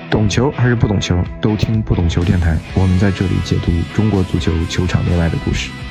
懂球还是不懂球，都听不懂球电台。我们在这里解读中国足球球场内外的故事。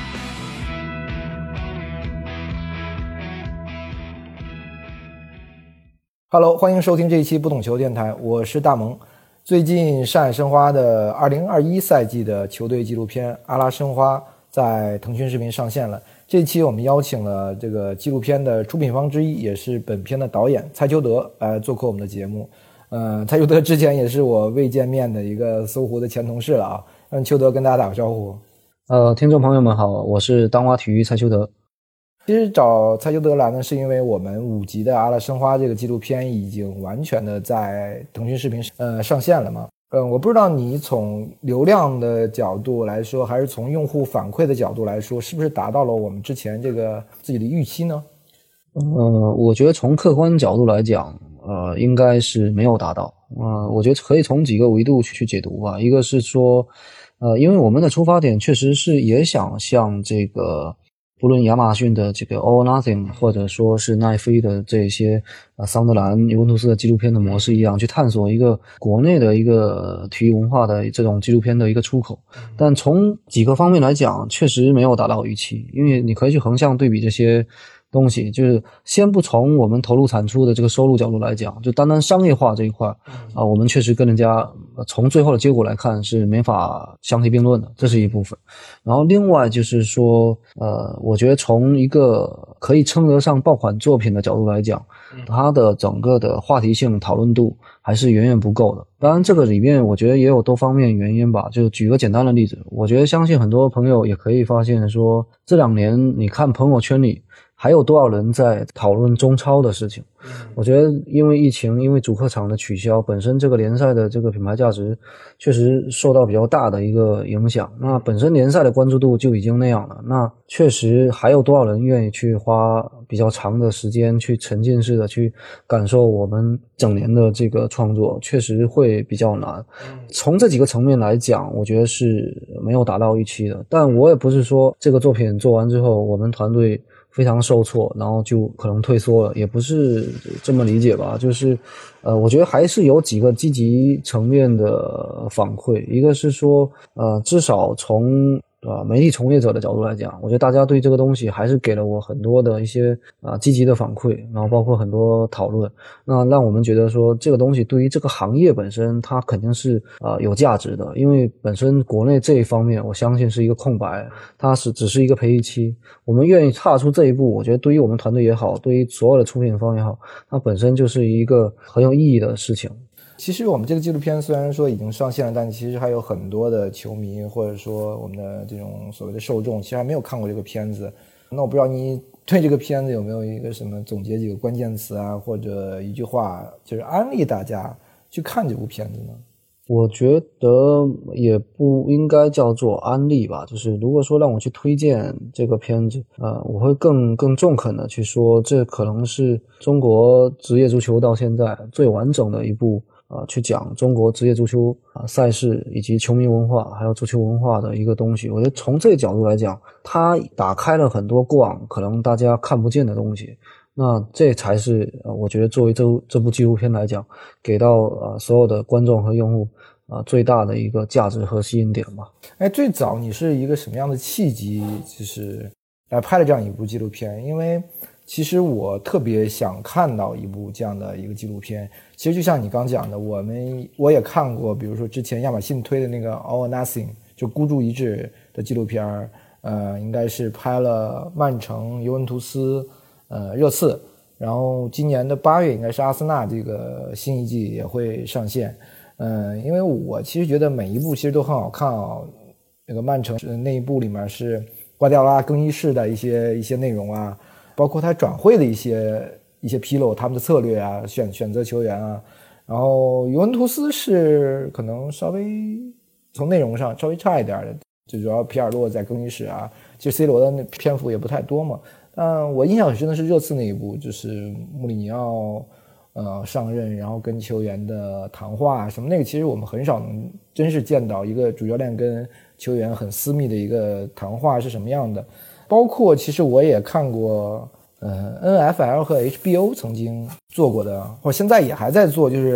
Hello， 欢迎收听这一期不懂球电台，我是大萌。最近上海申花的2021赛季的球队纪录片《阿拉申花》在腾讯视频上线了。这一期我们邀请了这个纪录片的出品方之一，也是本片的导演蔡秋德来做客我们的节目。蔡秋德之前也是我未见面的一个搜狐的前同事了啊，让秋德跟大家打个招呼。 听众朋友们好，我是当蛙体育蔡秋德。 其实找蔡秋德来呢，是因为我们5集的《阿拉申花》这个纪录片已经完全的在腾讯视频上线了嘛。我不知道你从流量的角度来说，还是从用户反馈的角度来说，是不是达到了我们之前这个自己的预期呢？ 我觉得从客观角度来讲，应该是没有达到。我觉得可以从几个维度去解读吧。一个是说，因为我们的出发点确实是也想像这个，不论亚马逊的这个 All or Nothing， 或者说是奈飞的这些桑德兰、尤文图斯的纪录片的模式一样，去探索一个国内的一个体育文化的这种纪录片的一个出口。但从几个方面来讲，确实没有达到预期，因为你可以去横向对比这些东西，就是先不从我们投入产出的这个收入角度来讲，就单单商业化这一块我们确实跟人家从最后的结果来看是没法相提并论的，这是一部分。然后另外就是说我觉得从一个可以称得上爆款作品的角度来讲，它的整个的话题性讨论度还是远远不够的。当然这个里面我觉得也有多方面原因吧，就举个简单的例子，我觉得相信很多朋友也可以发现说，这2年你看朋友圈里还有多少人在讨论中超的事情。我觉得因为疫情，因为主客场的取消，本身这个联赛的这个品牌价值确实受到比较大的一个影响，那本身联赛的关注度就已经那样了，那确实还有多少人愿意去花比较长的时间去沉浸式的去感受我们整年的这个创作，确实会比较难。从这几个层面来讲，我觉得是没有达到预期的。但我也不是说这个作品做完之后我们团队非常受挫，然后就可能退缩了，也不是这么理解吧。就是我觉得还是有几个积极层面的反馈。一个是说至少从媒体从业者的角度来讲，我觉得大家对这个东西还是给了我很多的一些积极的反馈，然后包括很多讨论，那让我们觉得说这个东西对于这个行业本身它肯定是有价值的。因为本身国内这一方面我相信是一个空白，它只是一个培育期，我们愿意踏出这一步，我觉得对于我们团队也好，对于所有的出品方也好，它本身就是一个很有意义的事情。 其实我们这个纪录片虽然说已经上线了，但其实还有很多的球迷或者说我们的这种所谓的受众其实还没有看过这个片子。那我不知道你对这个片子有没有一个什么总结几个关键词啊，或者一句话就是安利大家去看这部片子呢？ 我觉得也不应该叫做安利吧，就是如果说让我去推荐这个片子我会更中肯的去说，这可能是中国职业足球到现在最完整的一部去讲中国职业足球赛事以及球迷文化还有足球文化的一个东西。我觉得从这个角度来讲，它打开了很多过往可能大家看不见的东西，那这才是我觉得作为这部纪录片来讲，给到所有的观众和用户最大的一个价值和吸引点吧。 最早你是一个什么样的契机就是来拍了这样一部纪录片？因为其实我特别想看到一部这样的一个纪录片。其实就像你刚讲的，我也看过，比如说之前亚马逊推的那个 All or Nothing， 就孤注一掷的纪录片，应该是拍了曼城、尤文图斯、热刺，然后今年的8月应该是阿森纳这个新一季也会上线。因为我其实觉得每一部其实都很好看啊。那个曼城那一部里面是瓜迪奥拉更衣室的一些内容啊，包括他转会的一些披露，他们的策略啊，选择球员啊。然后尤文图斯是可能稍微从内容上稍微差一点的，就主要皮尔洛在更衣室啊，其实 C 罗的那篇幅也不太多嘛。但我印象很深的是热刺那一部，就是穆里尼奥上任，然后跟球员的谈话什么，那个其实我们很少能真是见到一个主教练跟球员很私密的一个谈话是什么样的。包括其实我也看过NFL 和 HBO 曾经做过的，或现在也还在做，就是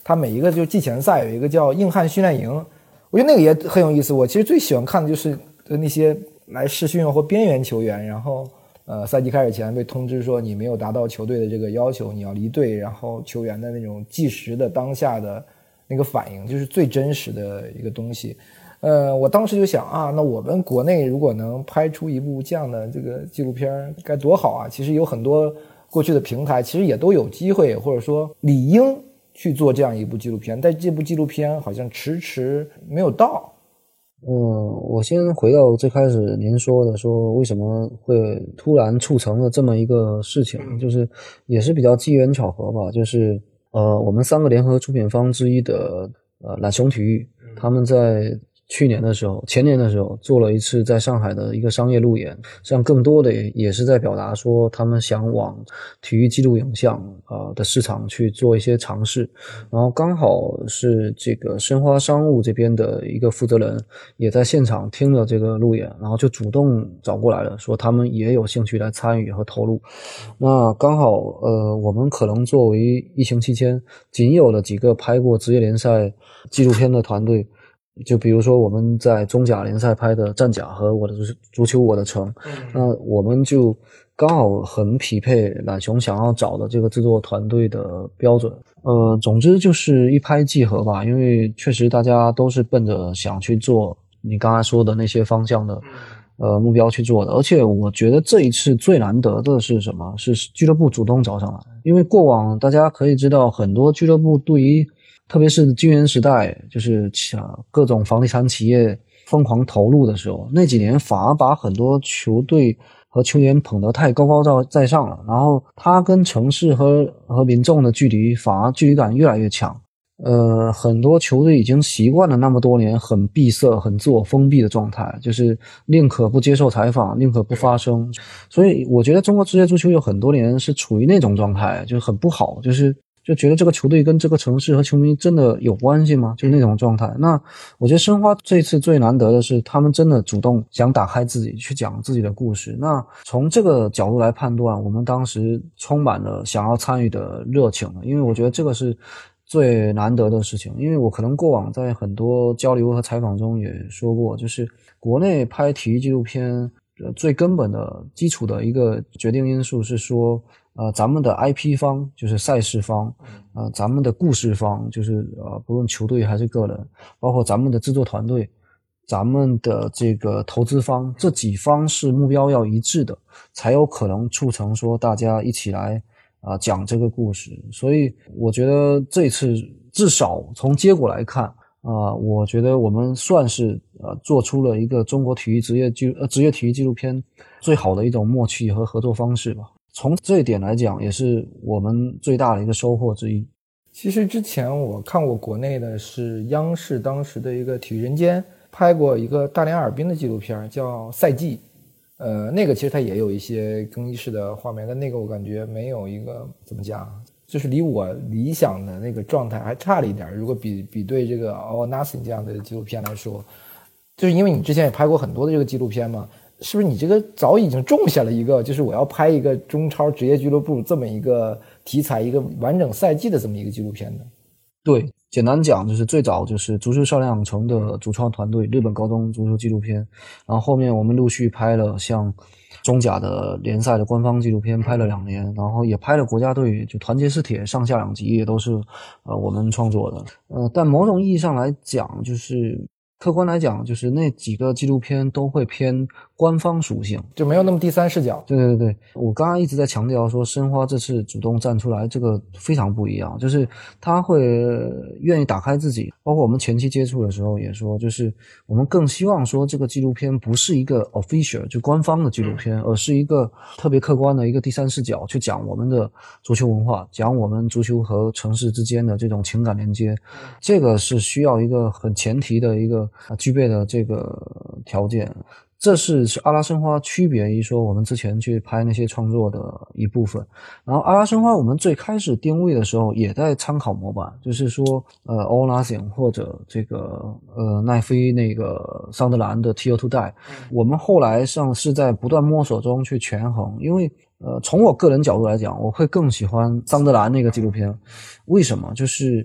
它每一个就季前赛有一个叫硬汉训练营，我觉得那个也很有意思。我其实最喜欢看的就是那些来试训或边缘球员，然后赛季开始前被通知说你没有达到球队的这个要求，你要离队，然后球员的那种即时的当下的那个反应，就是最真实的一个东西。我当时就想啊，那我们国内如果能拍出一部这样的这个纪录片该多好啊。其实有很多过去的平台其实也都有机会，或者说理应去做这样一部纪录片，但这部纪录片好像迟迟没有到。 我先回到最开始您说的，说为什么会突然促成了这么一个事情，就是也是比较机缘巧合吧。就是我们3个联合出品方之一的懒熊体育，他们在前年的时候做了一次在上海的一个商业路演，实际上更多的也是在表达说他们想往体育纪录影像的市场去做一些尝试。然后刚好是这个申花商务这边的一个负责人也在现场听了这个路演，然后就主动找过来了，说他们也有兴趣来参与和投入。那刚好我们可能作为疫情期间仅有的几个拍过职业联赛纪录片的团队，就比如说我们在中甲联赛拍的战甲和我的足球我的城，那我们就刚好很匹配懒熊想要找的这个制作团队的标准。总之就是一拍即合吧，因为确实大家都是奔着想去做你刚才说的那些方向的目标去做的。而且我觉得这一次最难得的是什么？是俱乐部主动找上来。因为过往大家可以知道，很多俱乐部对于特别是金元时代，就是各种房地产企业疯狂投入的时候，那几年反而把很多球队和球员捧得太高高在上了，然后他跟城市和民众的距离反而距离感越来越强。很多球队已经习惯了那么多年很闭塞、很自我封闭的状态，就是宁可不接受采访，宁可不发声。所以我觉得中国职业足球有很多年是处于那种状态，就是很不好，就觉得这个球队跟这个城市和球迷真的有关系吗？就那种状态。那我觉得申花这次最难得的是他们真的主动想打开自己去讲自己的故事。那从这个角度来判断，我们当时充满了想要参与的热情，因为我觉得这个是最难得的事情。因为我可能过往在很多交流和采访中也说过，就是国内拍体育纪录片最根本的基础的一个决定因素是说咱们的 IP 方就是赛事方，咱们的故事方就是不论球队还是个人，包括咱们的制作团队，咱们的这个投资方，这几方是目标要一致的，才有可能促成说大家一起来讲这个故事。所以我觉得这次至少从结果来看我觉得我们算是做出了一个中国体育职业体育纪录片最好的一种默契和合作方式吧。从这一点来讲，也是我们最大的一个收获之一。 其实之前我看过国内的是央视当时的一个体育人间拍过一个大连哈尔滨的纪录片叫《赛季》，那个其实它也有一些更衣室的画面，但那个我感觉没有一个怎么讲，就是离我理想的那个状态还差了一点。如果比对这个 All Nothing 这样的纪录片来说，就是因为你之前也拍过很多的这个纪录片嘛，是不是你这个早已经种下了一个，就是我要拍一个中超职业俱乐部这么一个题材，一个完整赛季的这么一个纪录片呢？ 对，简单讲就是最早就是足球少年养成的主创团队日本高中足球纪录片，然后后面我们陆续拍了像中甲的联赛的官方纪录片拍了2年，然后也拍了国家队就团结是铁上下2集也都是我们创作的。但某种意义上来讲，就是客观来讲，就是那几个纪录片都会偏官方属性， 就没有那么第三视角。 对，我刚刚一直在强调说申花这次主动站出来，这个非常不一样，就是他会愿意打开自己，包括我们前期接触的时候也说，就是我们更希望说这个纪录片不是一个 official 就官方的纪录片，而是一个特别客观的一个第三视角去讲我们的足球文化，讲我们足球和城市之间的这种情感连接，这个是需要一个很前提的一个具备的这个条件。这是阿拉申花区别于说我们之前去拍那些创作的一部分。然后阿拉申花我们最开始定位的时候也在参考模板，就是说All Nothing 或者这个奈飞那个桑德兰的 Till to Die， 我们后来上是在不断摸索中去权衡。因为从我个人角度来讲，我会更喜欢桑德兰那个纪录片。为什么？就是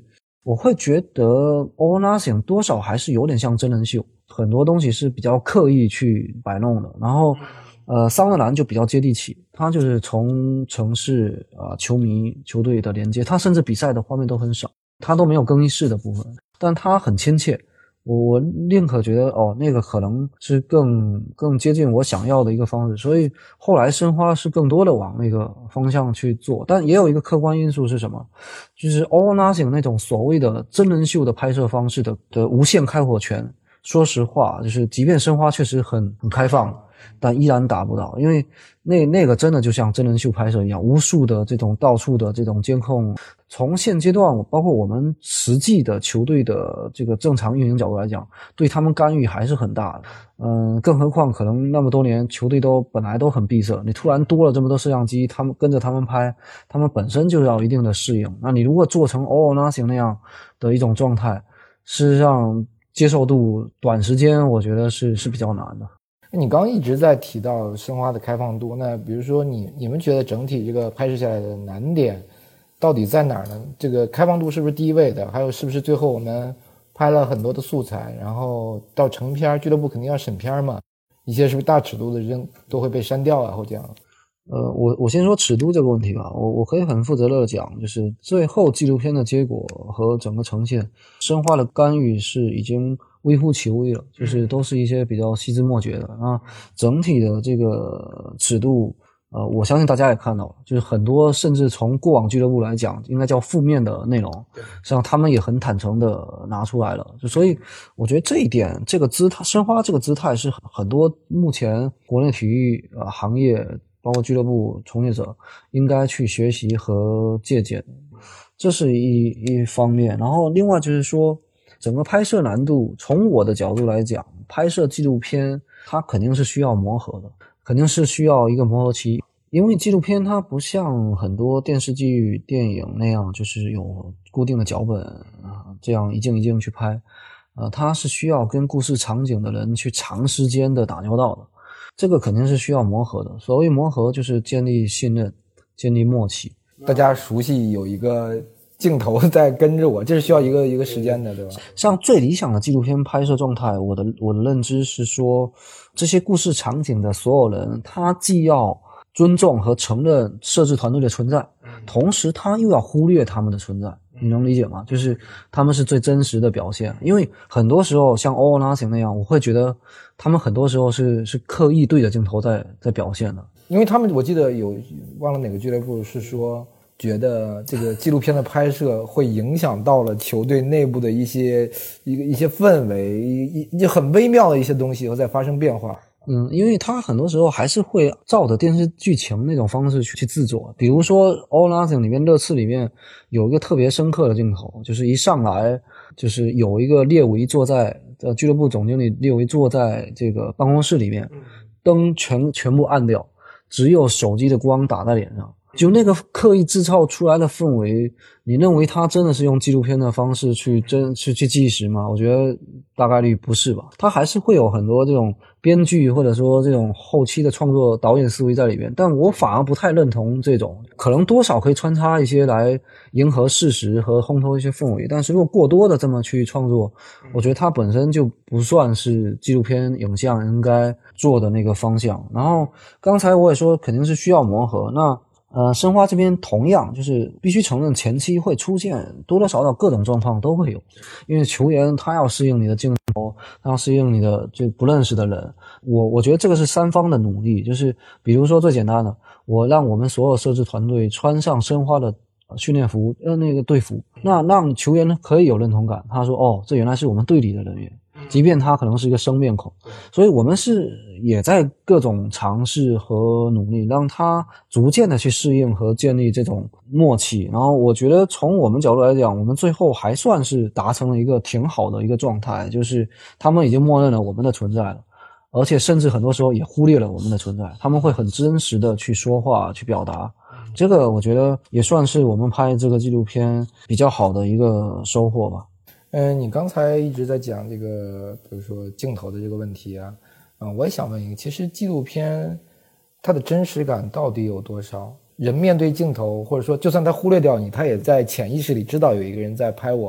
我会觉得 All or Nothing 多少还是有点像真人秀，很多东西是比较刻意去摆弄的。然后桑德兰就比较接地气，他就是从城市球迷球队的连接，他甚至比赛的画面都很少，他都没有更衣室的部分，但他很亲切。我宁可觉得那个可能是更接近我想要的一个方式，所以后来申花是更多的往那个方向去做。但也有一个客观因素是什么，就是 All or Nothing 那种所谓的真人秀的拍摄方式的无限开火权，说实话就是即便申花确实很开放，但依然达不到，因为那个真的就像真人秀拍摄一样，无数的这种到处的这种监控。从现阶段包括我们实际的球队的这个正常运营角度来讲，对他们干预还是很大的。更何况可能那么多年球队都本来都很闭塞，你突然多了这么多摄像机，他们跟着他们拍，他们本身就要一定的适应。那你如果做成 All or Nothing 那样的一种状态，事实上接受度短时间我觉得是比较难的。 你刚刚一直在提到申花的开放度，那比如说你们觉得整体这个拍摄下来的难点到底在哪儿呢？这个开放度是不是第一位的？还有是不是最后我们拍了很多的素材，然后到成片，俱乐部肯定要审片嘛，一些是不是大尺度的都会被删掉啊，或这样？ 我先说尺度这个问题吧，我可以很负责任的讲，就是最后纪录片的结果和整个呈现，申花的干预是已经微乎其微了，就是都是一些比较细枝末节的。那整体的这个尺度，我相信大家也看到了，就是很多甚至从过往俱乐部来讲，应该叫负面的内容，实际上他们也很坦诚的拿出来了。所以我觉得这一点，这个姿态，申花这个姿态是很多目前国内体育行业包括俱乐部从业者应该去学习和借鉴的，这是一方面。然后另外就是说，整个拍摄难度，从我的角度来讲，拍摄纪录片它肯定是需要磨合的，肯定是需要一个磨合期。因为纪录片它不像很多电视剧、电影那样，就是有固定的脚本这样一镜一镜去拍，它是需要跟故事场景的人去长时间的打交道的。这个肯定是需要磨合的，所谓磨合就是建立信任，建立默契。 大家熟悉有一个镜头在跟着我，这是需要一个时间的，对吧？ 像最理想的纪录片拍摄状态，我的认知是说，这些故事场景的所有人，他既要尊重和承认摄制团队的存在，同时他又要忽略他们的存在。你能理解吗？就是他们是最真实的表现。因为很多时候像 All or Nothing 那样，我会觉得他们很多时候是刻意对着镜头在表现的。 因为他们我记得忘了哪个俱乐部是说觉得这个纪录片的拍摄会影响到了球队内部的一些氛围，一很微妙的一些东西，然后在发生变化。 因为他很多时候还是会照着电视剧情那种方式去制作。比如说 All or Nothing 里面热刺里面有一个特别深刻的镜头，就是一上来就是有一个列维坐在俱乐部总经理列维坐在这个办公室里面，灯全部暗掉，只有手机的光打在脸上。就那个刻意制造出来的氛围，你认为他真的是用纪录片的方式去纪实吗？我觉得大概率不是吧。他还是会有很多这种编剧或者说这种后期的创作导演思维在里面，但我反而不太认同这种，可能多少可以穿插一些来迎合事实和烘托一些氛围，但是如果过多的这么去创作，我觉得它本身就不算是纪录片影像应该做的那个方向。然后刚才我也说肯定是需要磨合，那申花这边同样就是必须承认前期会出现多多少少各种状况都会有，因为球员他要适应你的镜头，他要适应你的就不认识的人。我觉得这个是三方的努力，就是比如说最简单的，我让我们所有摄制团队穿上申花的训练服那个队服，那让球员可以有认同感，他说这原来是我们队里的人员，即便他可能是一个生面孔。所以我们也在各种尝试和努力让他逐渐的去适应和建立这种默契。然后我觉得从我们角度来讲，我们最后还算是达成了一个挺好的一个状态，就是他们已经默认了我们的存在了，而且甚至很多时候也忽略了我们的存在，他们会很真实的去说话去表达。这个我觉得也算是我们拍这个纪录片比较好的一个收获吧。 你刚才一直在讲这个比如说镜头的这个问题啊，我也想问一个，其实纪录片它的真实感到底有多少？人面对镜头，或者说就算他忽略掉你，他也在潜意识里知道有一个人在拍我，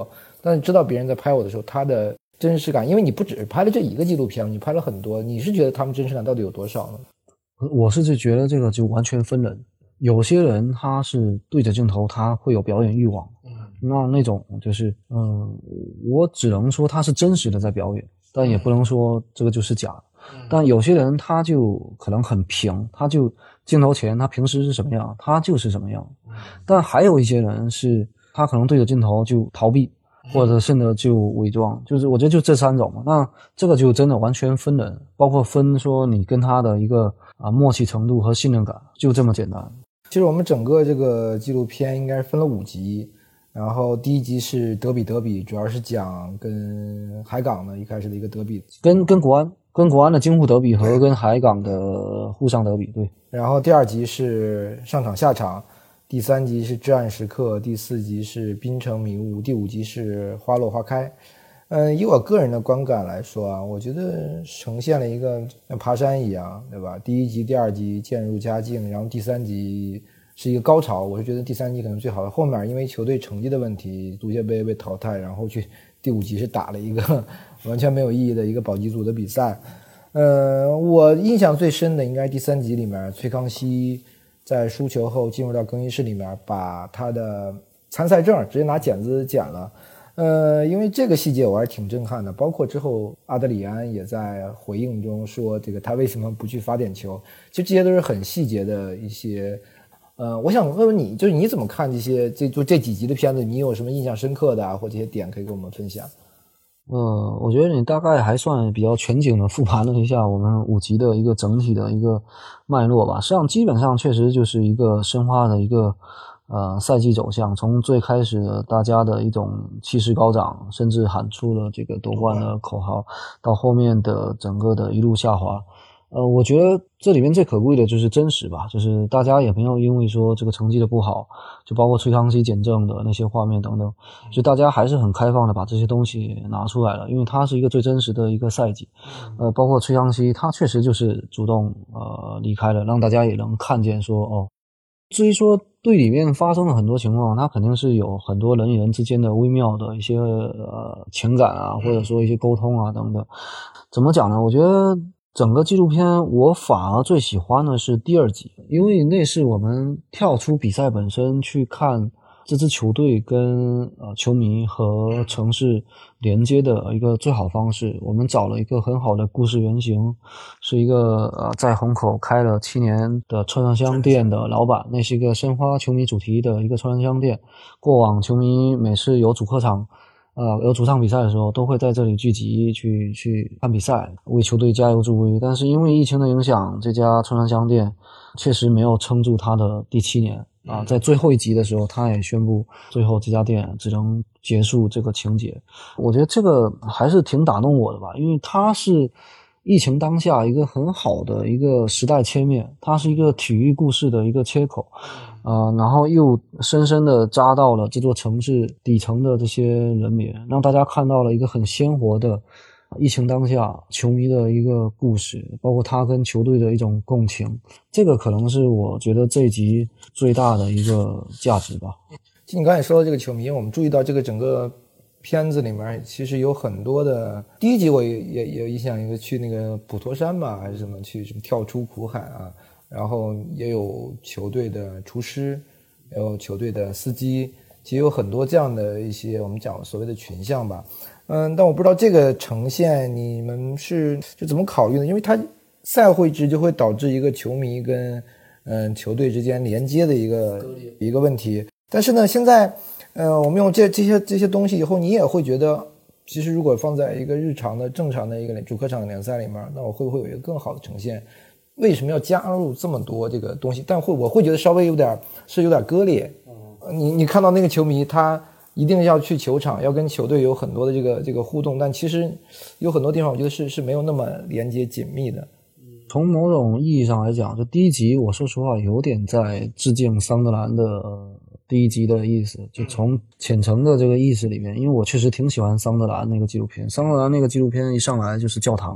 但是知道别人在拍我的时候，他的真实感，因为你不只是拍了这一个纪录片，你拍了很多，你是觉得他们真实感到底有多少呢？ 我是觉得这个就完全分人，有些人他是对着镜头他会有表演欲望，那种就是我只能说他是真实的在表演，但也不能说这个就是假的。但有些人他就可能很平，他就镜头前他平时是什么样他就是什么样。但还有一些人是他可能对着镜头就逃避，或者甚至就伪装，就是我觉得就这3种嘛。那这个就真的完全分人，包括分说你跟他的一个默契程度和信任感，就这么简单。 其实我们整个这个纪录片应该是分了5集，然后第1集是德比，主要是讲跟海港的一开始的一个德比， 跟国安的京沪德比和跟海港的沪上德比，对。 然后第2集是上场下场，第3集是至暗时刻，第4集是滨城迷雾，第5集是花落花开。以我个人的观感来说啊，我觉得呈现了一个像爬山一样，对吧？第1集、第2集渐入佳境，然后第3集是一个高潮。我是觉得第3集可能最好的，后面因为球队成绩的问题，足协杯被淘汰，然后去第5集是打了一个完全没有意义的一个保级组的比赛。我印象最深的应该是第3集里面，崔康熙在输球后进入到更衣室里面，把他的参赛证直接拿剪子剪了。因为这个细节我还是挺震撼的，包括之后阿德里安也在回应中说这个他为什么不去罚点球，其实这些都是很细节的一些我想问问你，就是你怎么看这些这几集的片子，你有什么印象深刻的啊，或这些点可以跟我们分享？ 我觉得你大概还算比较全景的复盘了一下我们5集的一个整体的一个脉络吧。实际上基本上确实就是一个申花的一个赛季走向，从最开始的大家的一种气势高涨，甚至喊出了这个夺冠的口号，到后面的整个的一路下滑。我觉得这里面最可贵的就是真实吧，就是大家也没有因为说这个成绩的不好，就包括崔康熙减政的那些画面等等，就大家还是很开放的把这些东西拿出来了，因为它是一个最真实的一个赛季。包括崔康熙他确实就是主动离开了，让大家也能看见说至于说队里面发生了很多情况，他肯定是有很多人与人之间的微妙的一些情感啊，或者说一些沟通啊等等。怎么讲呢？我觉得整个纪录片我反而最喜欢的是第2集，因为那是我们跳出比赛本身去看这支球队跟球迷和城市连接的一个最好方式。我们找了一个很好的故事原型，是一个在虹口开了7年的串串香店的老板，那是一个申花球迷主题的一个串串香店。过往球迷每次有主客场有主场比赛的时候，都会在这里聚集去看比赛，为球队加油助威。但是因为疫情的影响，这家串串香店确实没有撑住它的第7年在最后1集的时候，他也宣布最后这家店只能结束这个情节。我觉得这个还是挺打动我的吧，因为它是疫情当下一个很好的一个时代切面，它是一个体育故事的一个切口然后又深深的扎到了这座城市底层的这些人民，让大家看到了一个很鲜活的疫情当下球迷的一个故事，包括他跟球队的一种共情。这个可能是我觉得这一集最大的一个价值吧。 你刚才说到这个球迷，我们注意到这个整个片子里面其实有很多的，第1集我也印象一个去那个普陀山吧，还是什么去什么跳出苦海啊，然后也有球队的厨师，也有球队的司机，其实有很多这样的一些我们讲所谓的群像吧。但我不知道这个呈现你们是怎么考虑的，因为它赛会制就会导致一个球迷跟球队之间连接的一个问题。但是呢，现在我们用这些东西以后，你也会觉得其实如果放在一个日常的正常的一个主客场联赛里面，那我会不会有一个更好的呈现？为什么要加入这么多这个东西？但我会觉得稍微有点割裂。你看到那个球迷他一定要去球场，要跟球队有很多的这个互动，但其实有很多地方我觉得是没有那么连接紧密的。 从某种意义上来讲，就第1集我说实话有点在致敬桑德兰的第1集的意思，就从浅层的这个意思里面，因为我确实挺喜欢桑德兰那个纪录片。桑德兰那个纪录片一上来就是教堂，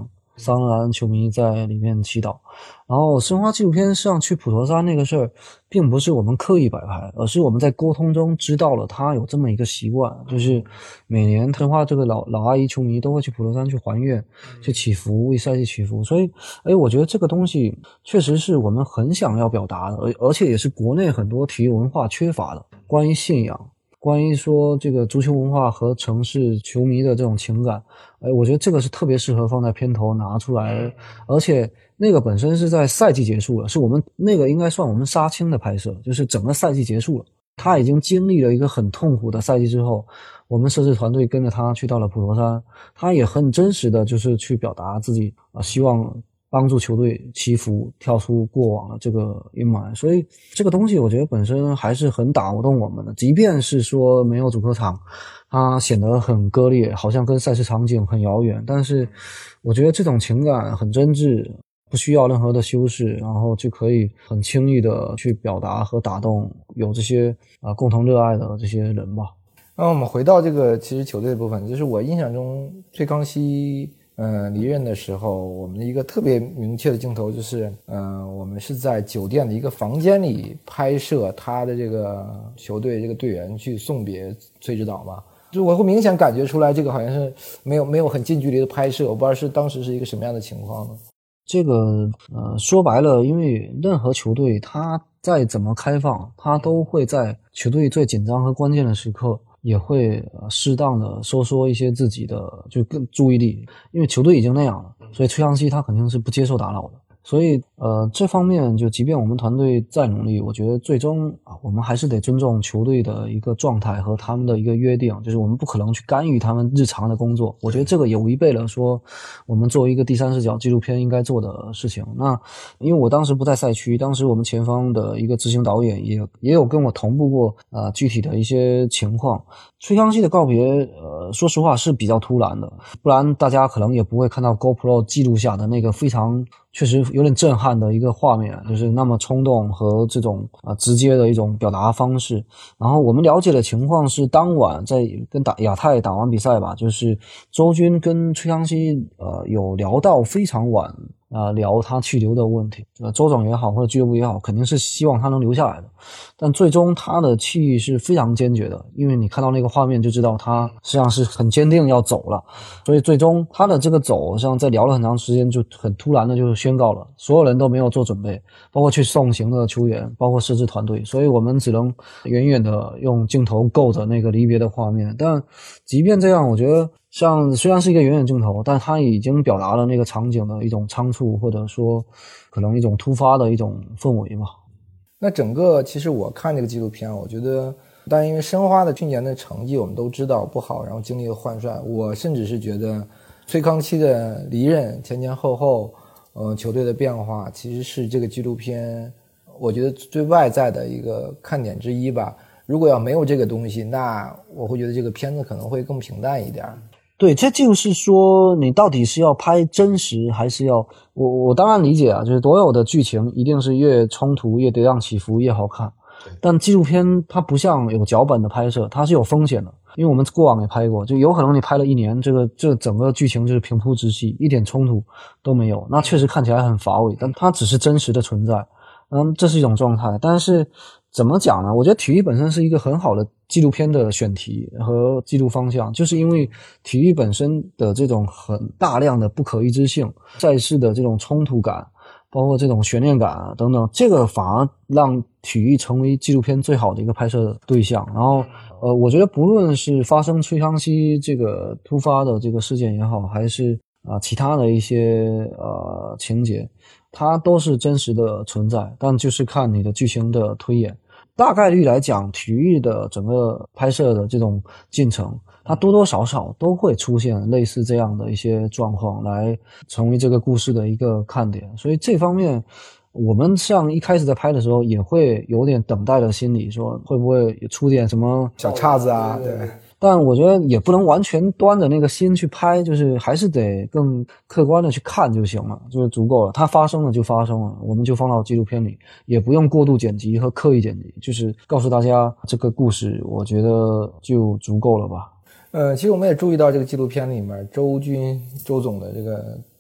桑德兰球迷在里面祈祷。然后申花纪录片上去普陀山那个事儿，并不是我们刻意摆拍，而是我们在沟通中知道了他有这么一个习惯，就是每年申花这个老阿姨球迷都会去普陀山去还愿，去祈福，为赛季祈福。所以我觉得这个东西确实是我们很想要表达的，而且也是国内很多体育文化缺乏的，关于信仰，关于说这个足球文化和城市球迷的这种情感，我觉得这个是特别适合放在片头拿出来，而且那个本身是在赛季结束了，是我们那个应该算我们杀青的拍摄，就是整个赛季结束了，他已经经历了一个很痛苦的赛季之后，我们摄制团队跟着他去到了普陀山，他也很真实的就是去表达自己希望帮助球队祈福，跳出过往的这个阴霾。所以这个东西我觉得本身还是很打动我们的，即便是说没有主客场，它显得很割裂，好像跟赛事场景很遥远，但是我觉得这种情感很真挚，不需要任何的修饰，然后就可以很轻易的去表达和打动有这些共同热爱的这些人吧。 那我们回到这个其实球队的部分，就是我印象中崔康熙离任的时候，我们的一个特别明确的镜头就是我们是在酒店的一个房间里拍摄他的这个球队这个队员去送别崔指导嘛，就我会明显感觉出来这个好像是没有很近距离的拍摄，我不知道是当时是一个什么样的情况呢？ 这个说白了，因为任何球队他再怎么开放，他都会在球队最紧张和关键的时刻也会适当的收缩一些自己的就更注意力，因为球队已经那样了，所以崔康熙他肯定是不接受打扰的。所以这方面就即便我们团队再努力，我觉得最终我们还是得尊重球队的一个状态和他们的一个约定，就是我们不可能去干预他们日常的工作。我觉得这个也违背了说我们作为一个第三视角纪录片应该做的事情。那因为我当时不在赛区，当时我们前方的一个执行导演也有跟我同步过具体的一些情况。崔康熙的告别说实话是比较突然的，不然大家可能也不会看到 GoPro 记录下的那个非常确实有点震撼的一个画面，就是那么冲动和这种直接的一种表达方式。然后我们了解的情况是当晚在跟亚太打完比赛吧，就是周军跟崔康熙有聊到非常晚聊他去留的问题，周总也好或者俱乐部也好，肯定是希望他能留下来的，但最终他的去意是非常坚决的，因为你看到那个画面就知道他实际上是很坚定要走了，所以最终他的这个走实际上在聊了很长时间就很突然的就宣告了，所有人都没有做准备，包括去送行的球员，包括摄制团队，所以我们只能远远的用镜头够着那个离别的画面。但即便这样，我觉得虽然是一个远远镜头，但它已经表达了那个场景的一种仓促，或者说可能一种突发的一种氛围吧。 那整个其实我看这个纪录片，我觉得但因为申花的去年的成绩我们都知道不好，然后经历了换帅，我甚至是觉得崔康熙的离任前后球队的变化其实是这个纪录片我觉得最外在的一个看点之一吧。如果要没有这个东西，那我会觉得这个片子可能会更平淡一点。 对，这就是说你到底是要拍真实还是要我当然理解就是所有的剧情一定是越冲突越跌宕起伏越好看，但纪录片它不像有脚本的拍摄，它是有风险的，因为我们过往也拍过，就有可能你拍了1年，这整个剧情就是平铺直叙，一点冲突都没有，那确实看起来很乏味，但它只是真实的存在，这是一种状态。但是怎么讲呢？我觉得体育本身是一个很好的纪录片的选题和记录方向，就是因为体育本身的这种很大量的不可预知性，赛事的这种冲突感，包括这种悬念感等等，这个反而让体育成为纪录片最好的一个拍摄对象。然后我觉得不论是发生崔康熙这个突发的这个事件也好，还是其他的一些情节，它都是真实的存在，但就是看你的剧情的推演。大概率来讲，体育的整个拍摄的这种进程，它多多少少都会出现类似这样的一些状况，来成为这个故事的一个看点。所以这方面我们像一开始在拍的时候也会有点等待的心理，说会不会出点什么小岔子啊，对。 但我觉得也不能完全端着那个心去拍，就是还是得更客观的去看就行了，就是足够了。它发生了就发生了，我们就放到纪录片里，也不用过度剪辑和刻意剪辑，就是告诉大家这个故事，我觉得就足够了吧。 其实我们也注意到这个纪录片里面周总的这个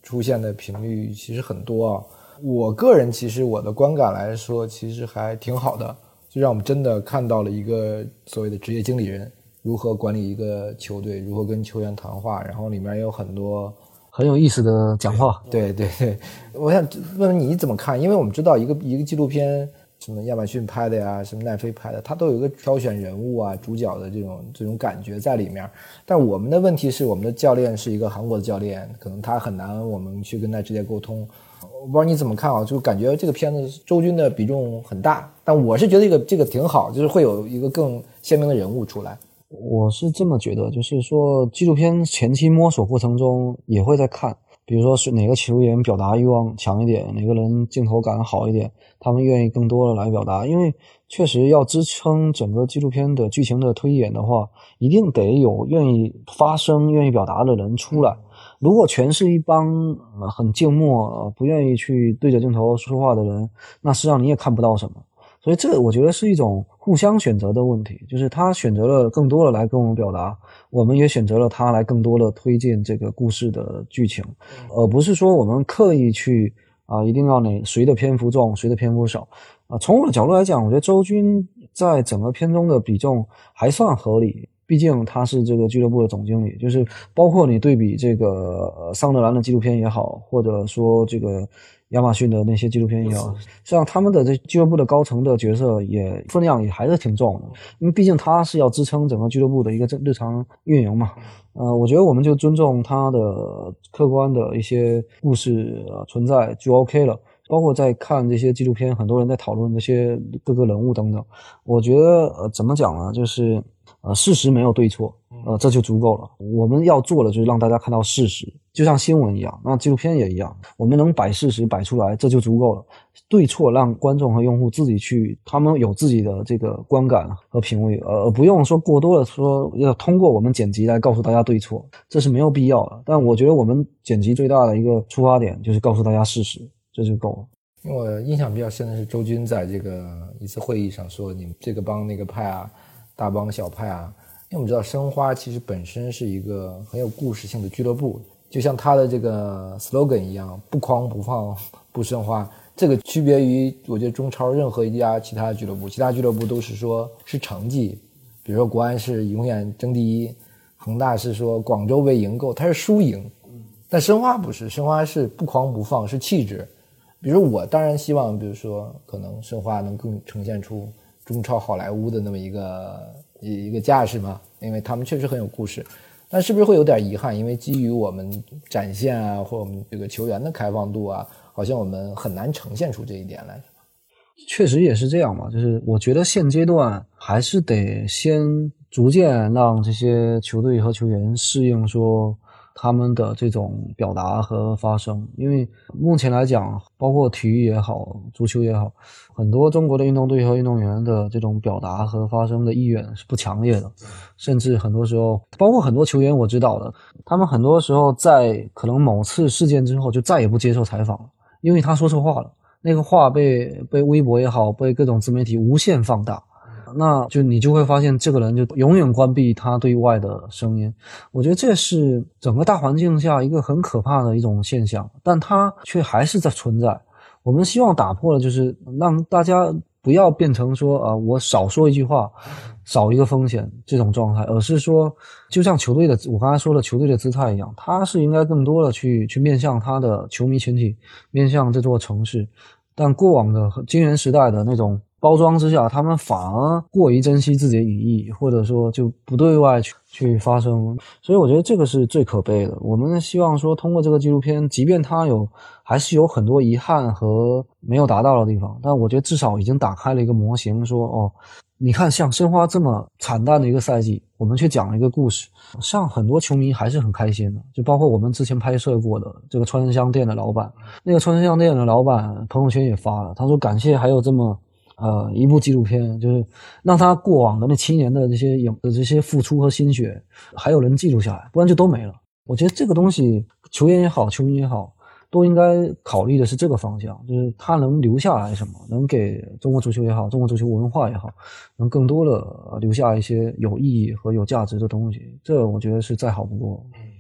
出现的频率其实很多啊。我个人其实我的观感来说，其实还挺好的，就让我们真的看到了一个所谓的职业经理人如何管理一个球队，如何跟球员谈话，然后里面也有很多很有意思的讲话。 对，我想问问你怎么看？因为我们知道一个纪录片，什么亚马逊拍的呀，什么奈飞拍的，它都有一个挑选人物啊、主角的这种感觉在里面。但我们的问题是，我们的教练是一个韩国的教练，可能他很难我们去跟他直接沟通。我不知道你怎么看啊？就感觉这个片子周军的比重很大，但我是觉得这个挺好，就是会有一个更鲜明的人物出来。 我是这么觉得，就是说纪录片前期摸索过程中也会在看，比如说是哪个球员表达欲望强一点，哪个人镜头感好一点，他们愿意更多的来表达。因为确实要支撑整个纪录片的剧情的推演的话，一定得有愿意发声、愿意表达的人出来。如果全是一帮很静默、不愿意去对着镜头说话的人，那实际上你也看不到什么。所以这我觉得是一种互相选择的问题，就是他选择了更多的来跟我们表达，我们也选择了他来更多的推荐这个故事的剧情，而不是说我们刻意去一定要谁的篇幅重，谁的篇幅少。从我的角度来讲，我觉得周军在整个片中的比重还算合理。毕竟他是这个俱乐部的总经理，就是包括你对比这个桑德兰的纪录片也好，或者说这个亚马逊的那些纪录片也好，实际上他们的这俱乐部的高层的角色也分量也还是挺重的，因为毕竟他是要支撑整个俱乐部的一个日常运营嘛。我觉得我们就尊重他的客观的一些故事存在就 OK 了。包括在看这些纪录片，很多人在讨论这些各个人物等等，我觉得怎么讲呢，就是事实没有对错，这就足够了。我们要做的就是让大家看到事实，就像新闻一样，那纪录片也一样，我们能摆事实摆出来，这就足够了。对错让观众和用户自己去，他们有自己的这个观感和品味，而不用说过多的说要通过我们剪辑来告诉大家对错，这是没有必要的。但我觉得我们剪辑最大的一个出发点就是告诉大家事实，这就够了。 因为我印象比较深的是周军在这个一次会议上说，你们这个帮那个派啊，大帮小派啊。因为我们知道申花其实本身是一个很有故事性的俱乐部，就像他的这个 slogan 一样，不狂不放不申花。这个区别于我觉得中超任何一家其他俱乐部，其他俱乐部都是说是成绩，比如说国安是永远争第一，恒大是说广州为赢够，它是输赢。但申花不是，申花是不狂不放，是气质。比如我当然希望，比如说可能申花能更呈现出中超好莱坞的那么一个架势嘛，因为他们确实很有故事。但是不是会有点遗憾？因为基于我们展现啊，或者我们这个球员的开放度啊，好像我们很难呈现出这一点来。 确实也是这样嘛，就是我觉得现阶段还是得先逐渐让这些球队和球员适应说他们的这种表达和发声。因为目前来讲，包括体育也好，足球也好，很多中国的运动队和运动员的这种表达和发声的意愿是不强烈的，甚至很多时候，包括很多球员我知道的，他们很多时候在可能某次事件之后就再也不接受采访了，因为他说错话了，那个话被微博也好，被各种自媒体无限放大，那就你就会发现这个人就永远关闭他对外的声音。我觉得这是整个大环境下一个很可怕的一种现象，但它却还是在存在。我们希望打破的就是让大家不要变成说我少说一句话少一个风险这种状态，而是说就像球队的我刚才说的球队的姿态一样，它是应该更多的去面向他的球迷群体，面向这座城市。但过往的金元时代的那种包装之下，他们反而过于珍惜自己的羽翼，或者说就不对外去发声，所以我觉得这个是最可悲的。我们希望说通过这个纪录片，即便它还是有很多遗憾和没有达到的地方，但我觉得至少已经打开了一个模型，说你看像申花这么惨淡的一个赛季，我们去讲了一个故事，像很多球迷还是很开心的。就包括我们之前拍摄过的这个川香店的老板，那个川香店的老板朋友圈也发了，他说感谢还有这么一部纪录片，就是让他过往的那7年的这些付出和心血还有人记录下来，不然就都没了。我觉得这个东西球员也好，球迷也好，都应该考虑的是这个方向，就是他能留下来什么，能给中国足球也好，中国足球文化也好，能更多的留下一些有意义和有价值的东西，这我觉得是再好不过。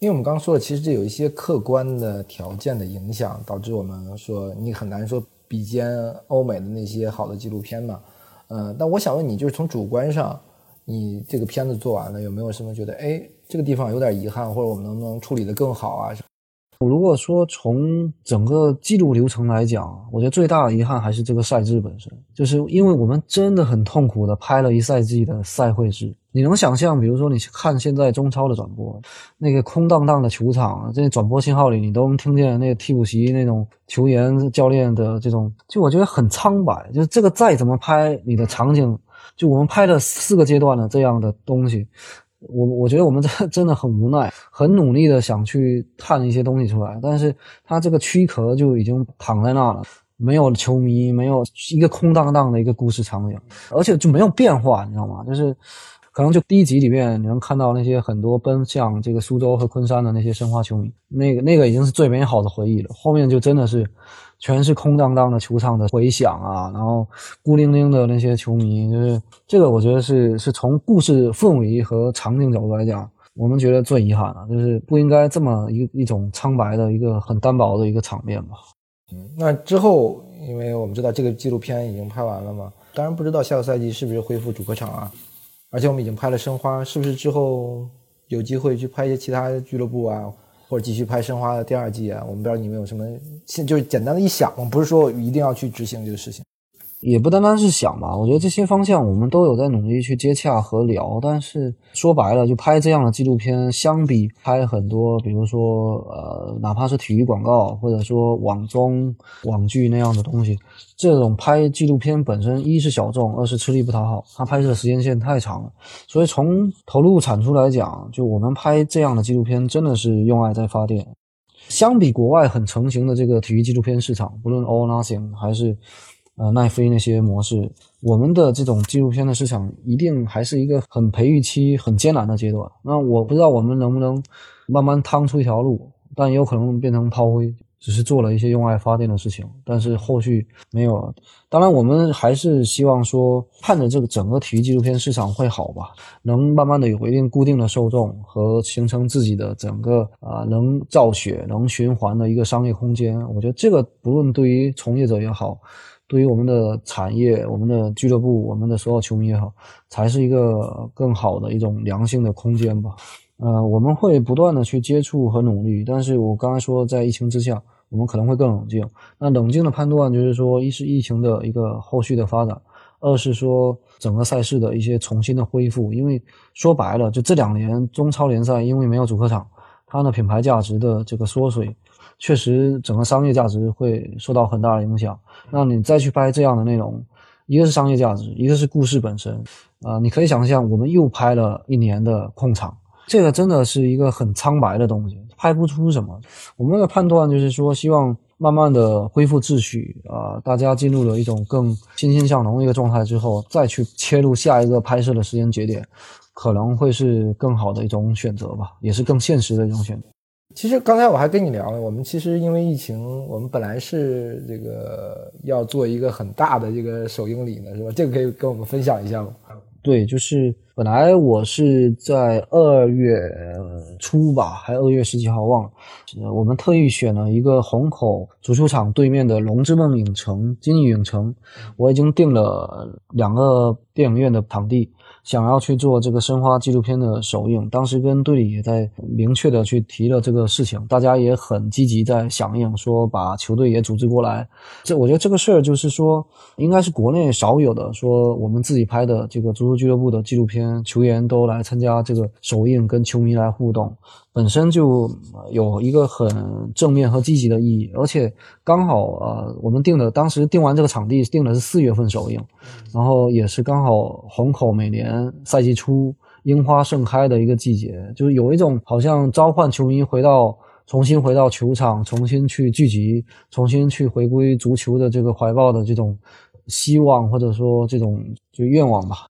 因为我们刚刚说了，其实这有一些客观的条件的影响，导致我们说你很难说比肩欧美的那些好的纪录片嘛。但我想问你，就是从主观上，你这个片子做完了，有没有什么觉得，哎，这个地方有点遗憾，或者我们能不能处理得更好啊？ 如果说从整个记录流程来讲，我觉得最大的遗憾还是这个赛制本身，就是因为我们真的很痛苦的拍了一赛季的赛会制。你能想象，比如说你看现在中超的转播，那个空荡荡的球场，这转播信号里你都能听见那个替补席那种球员教练的这种，就我觉得很苍白。就是这个再怎么拍你的场景，就我们拍了4个阶段的这样的东西，我觉得我们真的很无奈，很努力的想去探一些东西出来，但是它这个躯壳就已经躺在那了，没有球迷，没有一个空荡荡的一个故事场景，而且就没有变化，你知道吗？就是可能就第1集里面你能看到那些很多奔向这个苏州和昆山的那些申花球迷，那个已经是最美好的回忆了，后面就真的是全是空荡荡的球场的回响啊，然后孤零零的那些球迷，就是这个我觉得是从故事氛围和场景角度来讲，我们觉得最遗憾的就是不应该这么一种苍白的一个很单薄的一个场面吧。 那之后，因为我们知道这个纪录片已经拍完了嘛，当然不知道下个赛季是不是恢复主客场啊，而且我们已经拍了申花，是不是之后有机会去拍一些其他俱乐部啊，或者继续拍申花的第2季啊？我们不知道你们有什么，就是简单的一想，不是说一定要去执行这个事情。 也不单单是想吧，我觉得这些方向我们都有在努力去接洽和聊，但是说白了，就拍这样的纪录片，相比拍很多，比如说哪怕是体育广告或者说网综、网剧那样的东西，这种拍纪录片本身一是小众，二是吃力不讨好，它拍摄时间线太长了，所以从投入产出来讲，就我们拍这样的纪录片真的是用爱在发电。相比国外很成型的这个体育纪录片市场，不论 All Nothing 还是奈飞那些模式，我们的这种纪录片的市场一定还是一个很培育期很艰难的阶段。那我不知道我们能不能慢慢趟出一条路，但也有可能变成炮灰，只是做了一些用爱发电的事情，但是后续没有了。当然我们还是希望说看着这个整个体育纪录片市场会好吧，能慢慢的有一定固定的受众和形成自己的整个能造血能循环的一个商业空间。我觉得这个不论对于从业者也好，对于我们的产业、我们的俱乐部、我们的所有球迷也好，才是一个更好的一种良性的空间吧。我们会不断的去接触和努力，但是我刚才说在疫情之下，我们可能会更冷静。那冷静的判断就是说，一是疫情的一个后续的发展，二是说整个赛事的一些重新的恢复。因为说白了，就这2年中超联赛因为没有主客场，它的品牌价值的这个缩水，确实整个商业价值会受到很大的影响。那你再去拍这样的内容，一个是商业价值，一个是故事本身。你可以想象我们又拍了1年的控场，这个真的是一个很苍白的东西，拍不出什么。我们的判断就是说，希望慢慢的恢复秩序大家进入了一种更欣欣向荣的一个状态之后，再去切入下一个拍摄的时间节点，可能会是更好的一种选择吧，也是更现实的一种选择。 其实刚才我还跟你聊了，我们其实因为疫情，我们本来是这个要做一个很大的这个首映礼呢，是吧？这个可以跟我们分享一下吗？ 对，就是本来我是在2月初吧，还2月10几号忘了，我们特意选了一个虹口足球场对面的龙之梦影城金逸影城，我已经订了2个电影院的场地，想要去做这个申花纪录片的首映。当时跟队里也在明确的去提了这个事情，大家也很积极在响应，说把球队也组织过来。我觉得这个事儿就是说应该是国内少有的，说我们自己拍的这个足球俱乐部的纪录片，球员都来参加这个首映，跟球迷来互动，本身就有一个很正面和积极的意义。而且刚好我们当时定完这个场地定的是4月份首映，然后也是刚好虹口每年赛季初樱花盛开的一个季节，就是有一种好像召唤球迷重新回到球场，重新去聚集，重新去回归足球的这个怀抱的这种希望，或者说这种就愿望吧。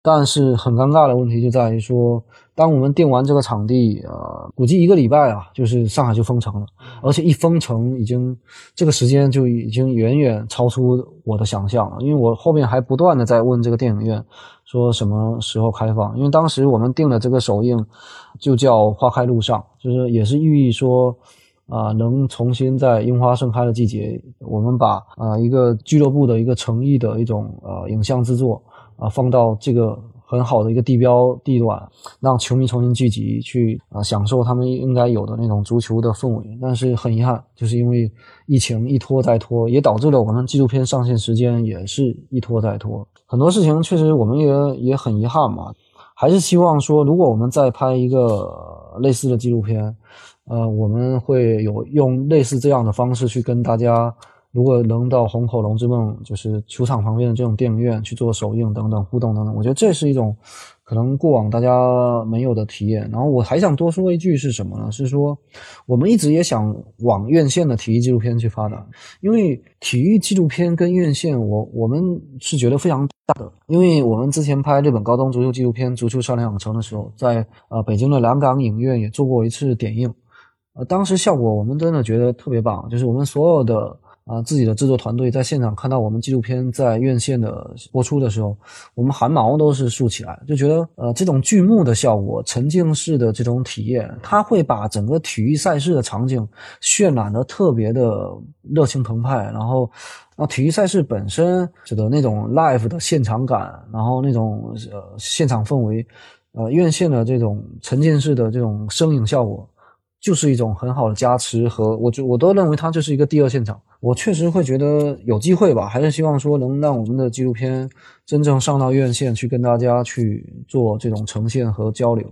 但是很尴尬的问题就在于说，当我们定完这个场地，估计1个礼拜啊，就是上海就封城了，而且一封城这个时间就已经远远超出我的想象了。因为我后面还不断的在问这个电影院，说什么时候开放。因为当时我们定的这个首映就叫《花开路上》，就是也是寓意说，能重新在樱花盛开的季节，我们把一个俱乐部的一个诚意的一种影像制作放到这个很好的一个地标地段，让球迷重新聚集去享受他们应该有的那种足球的氛围。但是很遗憾，就是因为疫情一拖再拖，也导致了我们纪录片上线时间也是一拖再拖。很多事情确实我们也很遗憾嘛，还是希望说，如果我们再拍一个类似的纪录片，我们会用类似这样的方式去跟大家，如果能到虹口龙之梦，就是球场旁边的这种电影院去做首映等等互动等等，我觉得这是一种可能过往大家没有的体验。然后我还想多说一句是什么呢？是说我们一直也想往院线的体育纪录片去发展，因为体育纪录片跟院线我们是觉得非常大的。因为我们之前拍日本高中足球纪录片《足球少年养成》的时候，在北京的蓝港影院也做过一次点映，当时效果我们真的觉得特别棒，就是我们所有的自己的制作团队在现场看到我们纪录片在院线的播出的时候，我们汗毛都是竖起来，就觉得这种剧目的效果，沉浸式的这种体验，它会把整个体育赛事的场景渲染得特别的热情澎湃，然后体育赛事本身的那种 live 的现场感，然后那种现场氛围，院线的这种沉浸式的这种声影效果，就是一种很好的加持，和我都认为它就是一个第二现场。我确实会觉得有机会吧，还是希望说能让我们的纪录片真正上到院线去跟大家去做这种呈现和交流。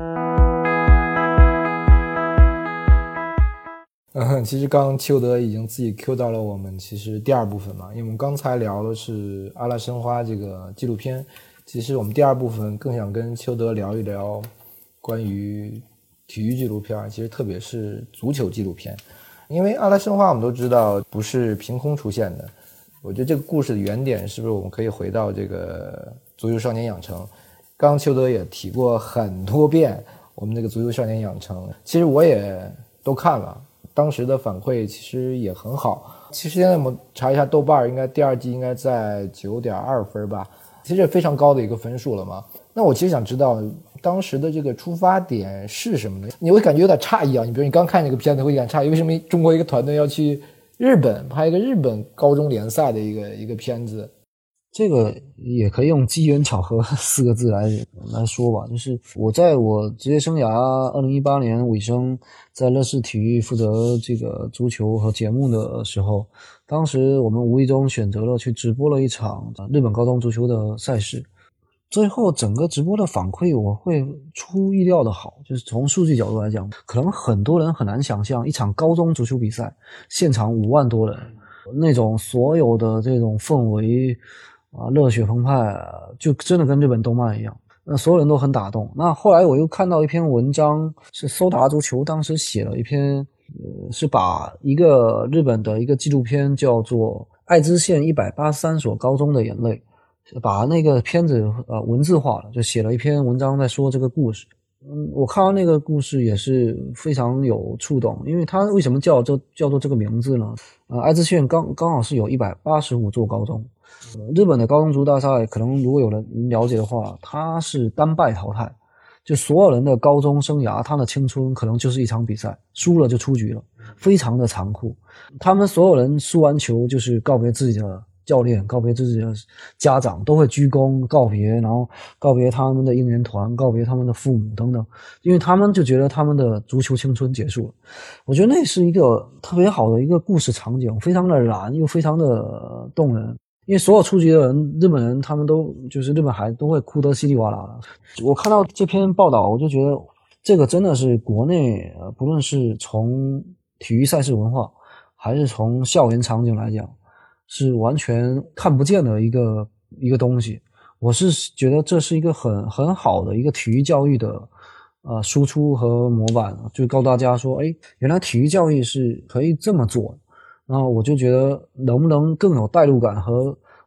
其实刚刚邱德已经自己 Q 到了我们其实第二部分嘛，因为我们刚才聊的是阿拉申花这个纪录片，其实我们第二部分更想跟邱德聊一聊关于体育纪录片，其实特别是足球纪录片。因为阿拉申花我们都知道不是凭空出现的，我觉得这个故事的原点是不是我们可以回到这个足球少年养成。刚刚邱德也提过很多遍我们这个足球少年养成，其实我也都看了，当时的反馈其实也很好。其实现在我们查一下豆瓣，应该第二季应该在 9.2 分吧，其实也非常高的一个分数了嘛。那我其实想知道当时的这个出发点是什么呢？你会感觉有点诧异啊，你比如你刚看这个片子会有点诧异，为什么中国一个团队要去日本拍一个日本高中联赛的一个片子？ 这个也可以用机缘巧合4个字来说吧，就是我在我职业生涯2018年尾声，在乐视体育负责这个足球和节目的时候，当时我们无意中选择了去直播了一场日本高中足球的赛事。最后整个直播的反馈我会出乎意料的好，就是从数据角度来讲，可能很多人很难想象一场高中足球比赛现场5万多人，那种所有的这种氛围热血澎湃，就真的跟日本动漫一样，那所有人都很打动。那后来我又看到一篇文章，是搜达足球当时写了一篇是把一个日本的一个纪录片叫做爱知县183所高中的眼泪，把那个片子文字化了，就写了一篇文章在说这个故事。我看到那个故事也是非常有触动，因为它为什么叫做这个名字呢？爱知县刚好是有185座高中。日本的高中足大赛可能如果有人了解的话，它是单败淘汰，就所有人的高中生涯，他的青春可能就是一场比赛，输了就出局了，非常的残酷。他们所有人输完球就是告别自己的教练，告别自己的家长，都会鞠躬告别，然后告别他们的应援团，告别他们的父母等等，因为他们就觉得他们的足球青春结束了。我觉得那是一个特别好的一个故事场景，非常的燃又非常的动人。因为所有出局的人，日本人他们都就是日本孩子都会哭得稀里哗啦的。我看到这篇报道，我就觉得这个真的是国内不论是从体育赛事文化还是从校园场景来讲，是完全看不见的一个东西。我是觉得这是一个很好的一个体育教育的输出和模板，就告诉大家说，原来体育教育是可以这么做的。然后我就觉得能不能更有代入感和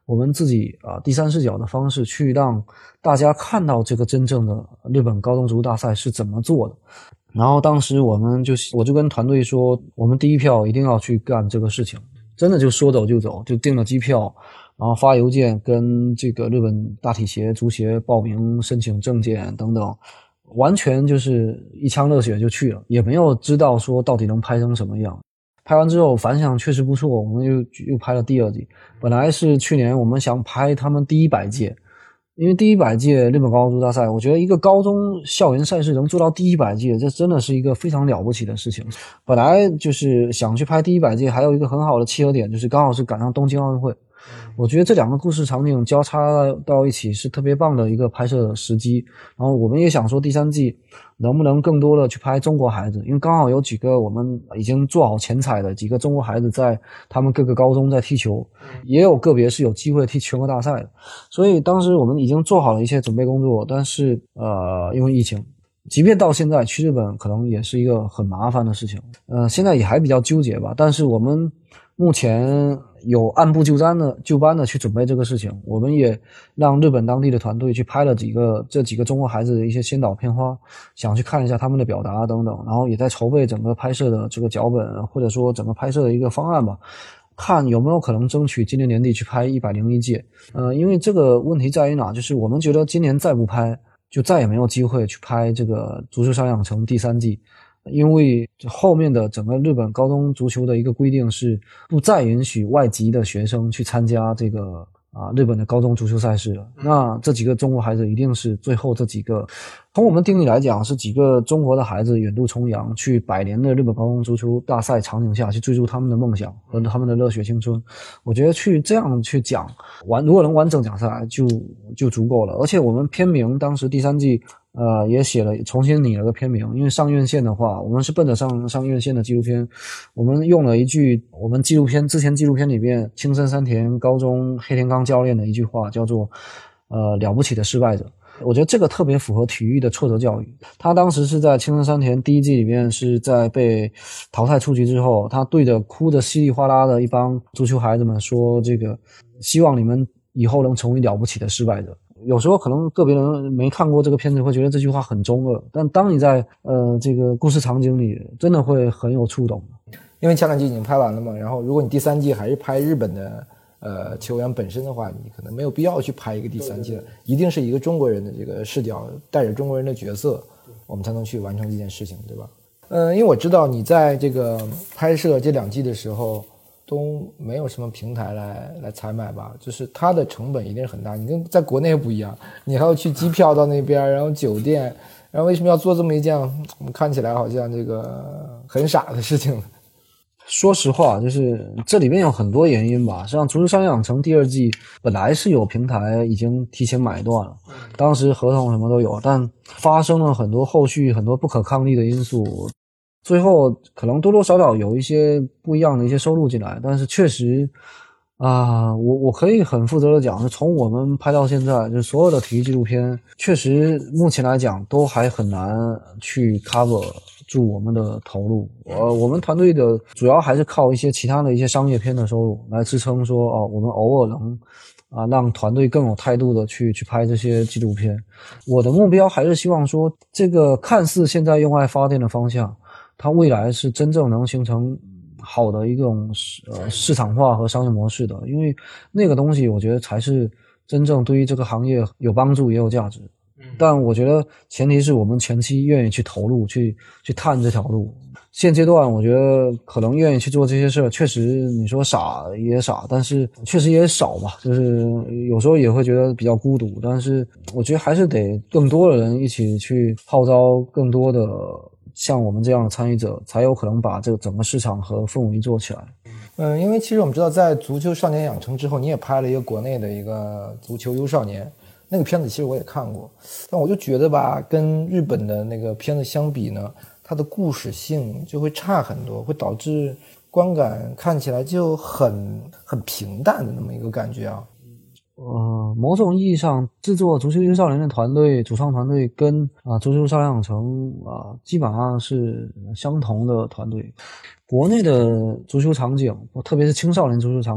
我们自己第三视角的方式去让大家看到这个真正的日本高中足球大赛是怎么做的。然后当时我就跟团队说，我们第一票一定要去干这个事情，真的就说走就走，就订了机票，然后发邮件跟这个日本大体协、足协报名申请证件等等，完全就是一腔热血就去了，也没有知道说到底能拍成什么样。拍完之后反响确实不错，我们又拍了第二季。本来是去年我们想拍他们第100届，因为第100届日本高中足大赛，我觉得一个高中校园赛事能做到第100届，这真的是一个非常了不起的事情。本来就是想去拍第100届，还有一个很好的契合点，就是刚好是赶上东京奥运会。我觉得这两个故事场景交叉到一起是特别棒的一个拍摄时机。然后我们也想说第3季能不能更多的去拍中国孩子，因为刚好有几个我们已经做好前彩的几个中国孩子在他们各个高中在踢球，也有个别是有机会踢全国大赛的。所以当时我们已经做好了一些准备工作，但是因为疫情，即便到现在去日本可能也是一个很麻烦的事情。现在也还比较纠结吧，但是我们目前有按部就班的去准备这个事情。我们也让日本当地的团队去拍了这几个中国孩子的一些先导片花，想去看一下他们的表达等等，然后也在筹备整个拍摄的这个脚本，或者说整个拍摄的一个方案吧，看有没有可能争取今年年底去拍101届。因为这个问题在于哪，就是我们觉得今年再不拍就再也没有机会去拍这个足球商养成第3季。因为后面的整个日本高中足球的一个规定是不再允许外籍的学生去参加这个日本的高中足球赛事了。那这几个中国孩子一定是最后这几个，从我们定义来讲是几个中国的孩子远渡重洋，去100年的日本高中足球大赛场景下去追逐他们的梦想和他们的热血青春。我觉得去这样去讲如果能完整讲下来就足够了。而且我们片名当时第3季也重新拟了个片名，因为上院线的话，我们是奔着上院线的纪录片，我们用了一句我们之前纪录片里面青森山田高中黑田刚教练的一句话，叫做了不起的失败者。我觉得这个特别符合体育的挫折教育。他当时是在青森山田第1季里面是在被淘汰出局之后，他对着哭得稀里哗啦的一帮足球孩子们说，这个希望你们以后能成为了不起的失败者。有时候可能个别人没看过这个片子会觉得这句话很中二，但当你在这个故事场景里，真的会很有触动。 因为前2季已经拍完了嘛，然后如果你第3季还是拍日本的球员本身的话，你可能没有必要去拍一个第3季了，一定是一个中国人的这个视角，带着中国人的角色，我们才能去完成这件事情，对吧？因为我知道你在这个拍摄这2季的时候都没有什么平台来采买吧，就是它的成本一定是很大，你跟在国内不一样，你还要去机票到那边，然后酒店，然后为什么要做这么一件我们看起来好像这个很傻的事情？ 说实话，就是这里面有很多原因吧。像足球商业养成第2季本来是有平台已经提前买断了，当时合同什么都有，但发生了很多后续很多不可抗力的因素，最后可能多多少少有一些不一样的一些收入进来。但是确实我可以很负责的讲，是从我们拍到现在，就是所有的体育纪录片确实目前来讲都还很难去 cover住我们的投入。我们团队的主要还是靠一些其他的一些商业片的收入来支撑说我们偶尔能让团队更有态度的去拍这些纪录片。我的目标还是希望说，这个看似现在用爱发电的方向，它未来是真正能形成好的一种市场化和商业模式的，因为那个东西我觉得才是真正对于这个行业有帮助也有价值。但我觉得前提是我们前期愿意去投入去探这条路。现阶段我觉得可能愿意去做这些事，确实你说傻也傻，但是确实也少吧，就是有时候也会觉得比较孤独。但是我觉得还是得更多的人一起去号召更多的像我们这样的参与者，才有可能把这个整个市场和氛围做起来。 因为其实我们知道，在足球少年养成之后，你也拍了一个国内的一个足球优少年，那个片子其实我也看过，但我就觉得吧，跟日本的那个片子相比呢，它的故事性就会差很多，会导致观感看起来就很平淡的那么一个感觉啊。 某种意义上，制作足球优少年的团队主创团队跟足球少年养成基本上是相同的团队。国内的足球场景，特别是青少年足球场景，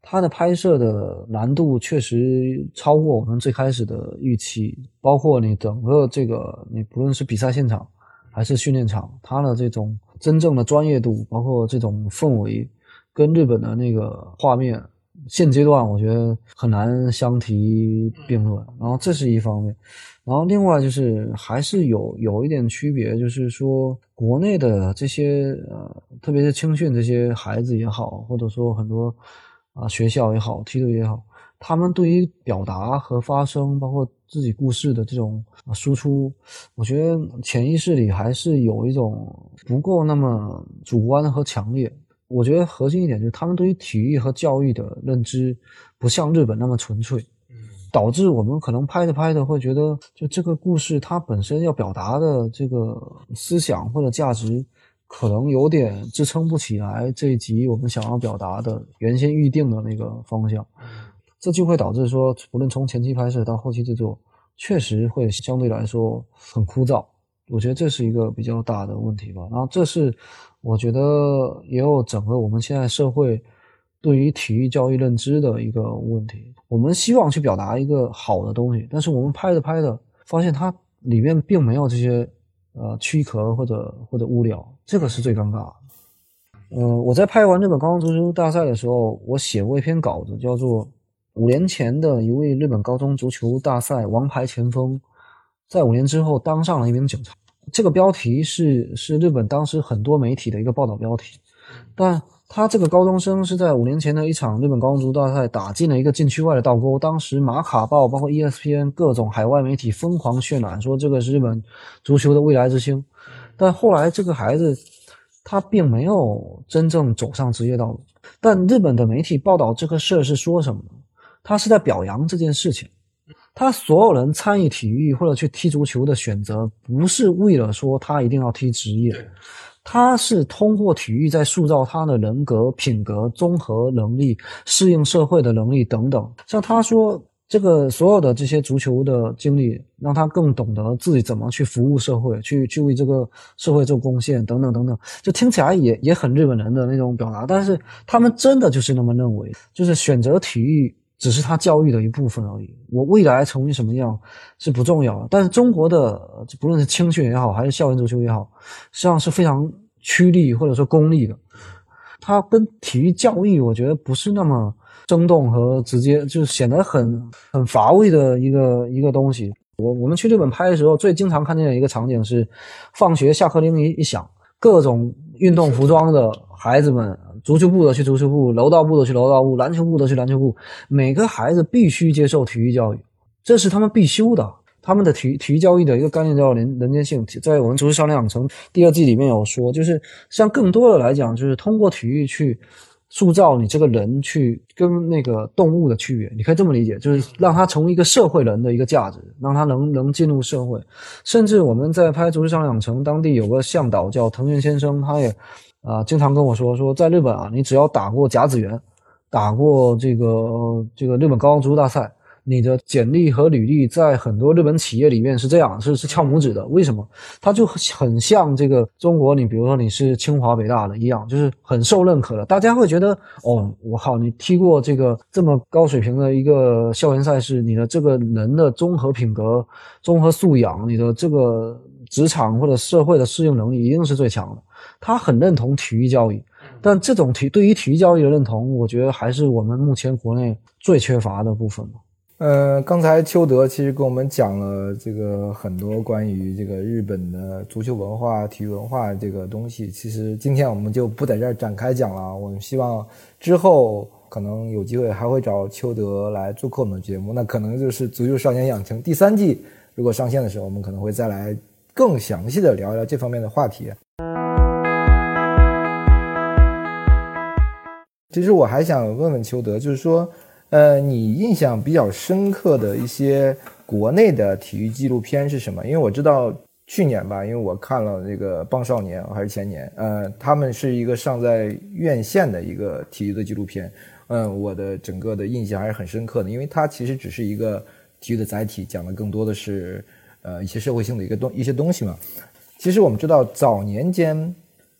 它的拍摄的难度确实超过我们最开始的预期，包括你整个这个，你不论是比赛现场还是训练场，它的这种真正的专业度，包括这种氛围，跟日本的那个画面，现阶段我觉得很难相提并论。然后这是一方面，然后另外就是还是有一点区别，就是说国内的这些特别是青训这些孩子也好，或者说很多学校也好，梯队也好，他们对于表达和发声，包括自己故事的这种输出，我觉得潜意识里还是有一种不够那么主观和强烈。我觉得核心一点就是他们对于体育和教育的认知不像日本那么纯粹，导致我们可能拍着会觉得，就这个故事它本身要表达的这个思想或者价值，可能有点支撑不起来这一集我们想要表达的原先预定的那个方向。这就会导致说，不论从前期拍摄到后期制作，确实会相对来说很枯燥。我觉得这是一个比较大的问题吧。然后这是我觉得也有整个我们现在社会对于体育教育认知的一个问题。我们希望去表达一个好的东西，但是我们拍着发现它里面并没有这些躯壳或者物料，这个是最尴尬的。我在拍完日本高中足球大赛的时候，我写过一篇稿子，叫做5年前的一位日本高中足球大赛王牌前锋，在5年之后当上了一名警察。这个标题是日本当时很多媒体的一个报道标题，但他这个高中生是在5年前的一场日本高中足球大赛打进了一个禁区外的倒钩，当时马卡报包括 ESPN 各种海外媒体疯狂渲染说这个是日本足球的未来之星。但后来这个孩子他并没有真正走上职业道路，但日本的媒体报道这个事是说什么呢？他是在表扬这件事情。他所有人参与体育或者去踢足球的选择，不是为了说他一定要踢职业，他是通过体育在塑造他的人格、品格、综合能力、适应社会的能力等等。像他说这个所有的这些足球的经历，让他更懂得自己怎么去服务社会，去为这个社会做贡献等等等等，就听起来也很日本人的那种表达，但是他们真的就是那么认为，就是选择体育只是他教育的一部分而已，我未来成为什么样是不重要的。但是中国的不论是青训也好，还是校园足球也好，实际上是非常趋利或者说功利的，它跟体育教育我觉得不是那么生动和直接，就显得很乏味的一个东西。我们去日本拍的时候，最经常看见的一个场景是，放学下课铃一响，各种运动服装的孩子们，足球部的去足球部，柔道部的去柔道部，篮球部的去篮球部，每个孩子必须接受体育教育，这是他们必修的。他们的体育教育的一个概念叫人间性，在我们足球少年养成第2季里面有说，就是像更多的来讲，就是通过体育去塑造你这个人，去跟那个动物的区别，你可以这么理解，就是让他成为一个社会人的一个价值，让他能进入社会。甚至我们在拍足球少年养成，当地有个向导叫藤原先生，他也经常跟我说在日本啊，你只要打过甲子园，打过这个日本高中足球大赛，你的简历和履历在很多日本企业里面是这样，是翘拇指的。为什么？它就很像这个中国，你比如说你是清华北大的一样，就是很受认可的。大家会觉得，哦，我靠，你踢过这么高水平的一个校园赛事，你的这个人的综合品格、综合素养，你的这个职场或者社会的适应能力一定是最强的。他很认同体育教育，但这种对于体育教育的认同，我觉得还是我们目前国内最缺乏的部分吧。 刚才邱德其实跟我们讲了这个很多关于这个日本的足球文化、体育文化这个东西。其实今天我们就不在这儿展开讲了，我们希望之后可能有机会还会找邱德来做客我们的节目，那可能就是足球少年养成第3季如果上线的时候，我们可能会再来更详细的聊一聊这方面的话题。其实我还想问问邱德，就是说你印象比较深刻的一些国内的体育纪录片是什么？因为我知道去年吧，因为我看了这个棒少年还是前年，他们是一个上在院线的一个体育的纪录片，我的整个的印象还是很深刻的，因为它其实只是一个体育的载体，讲的更多的是一些社会性的一些东西嘛。其实我们知道早年间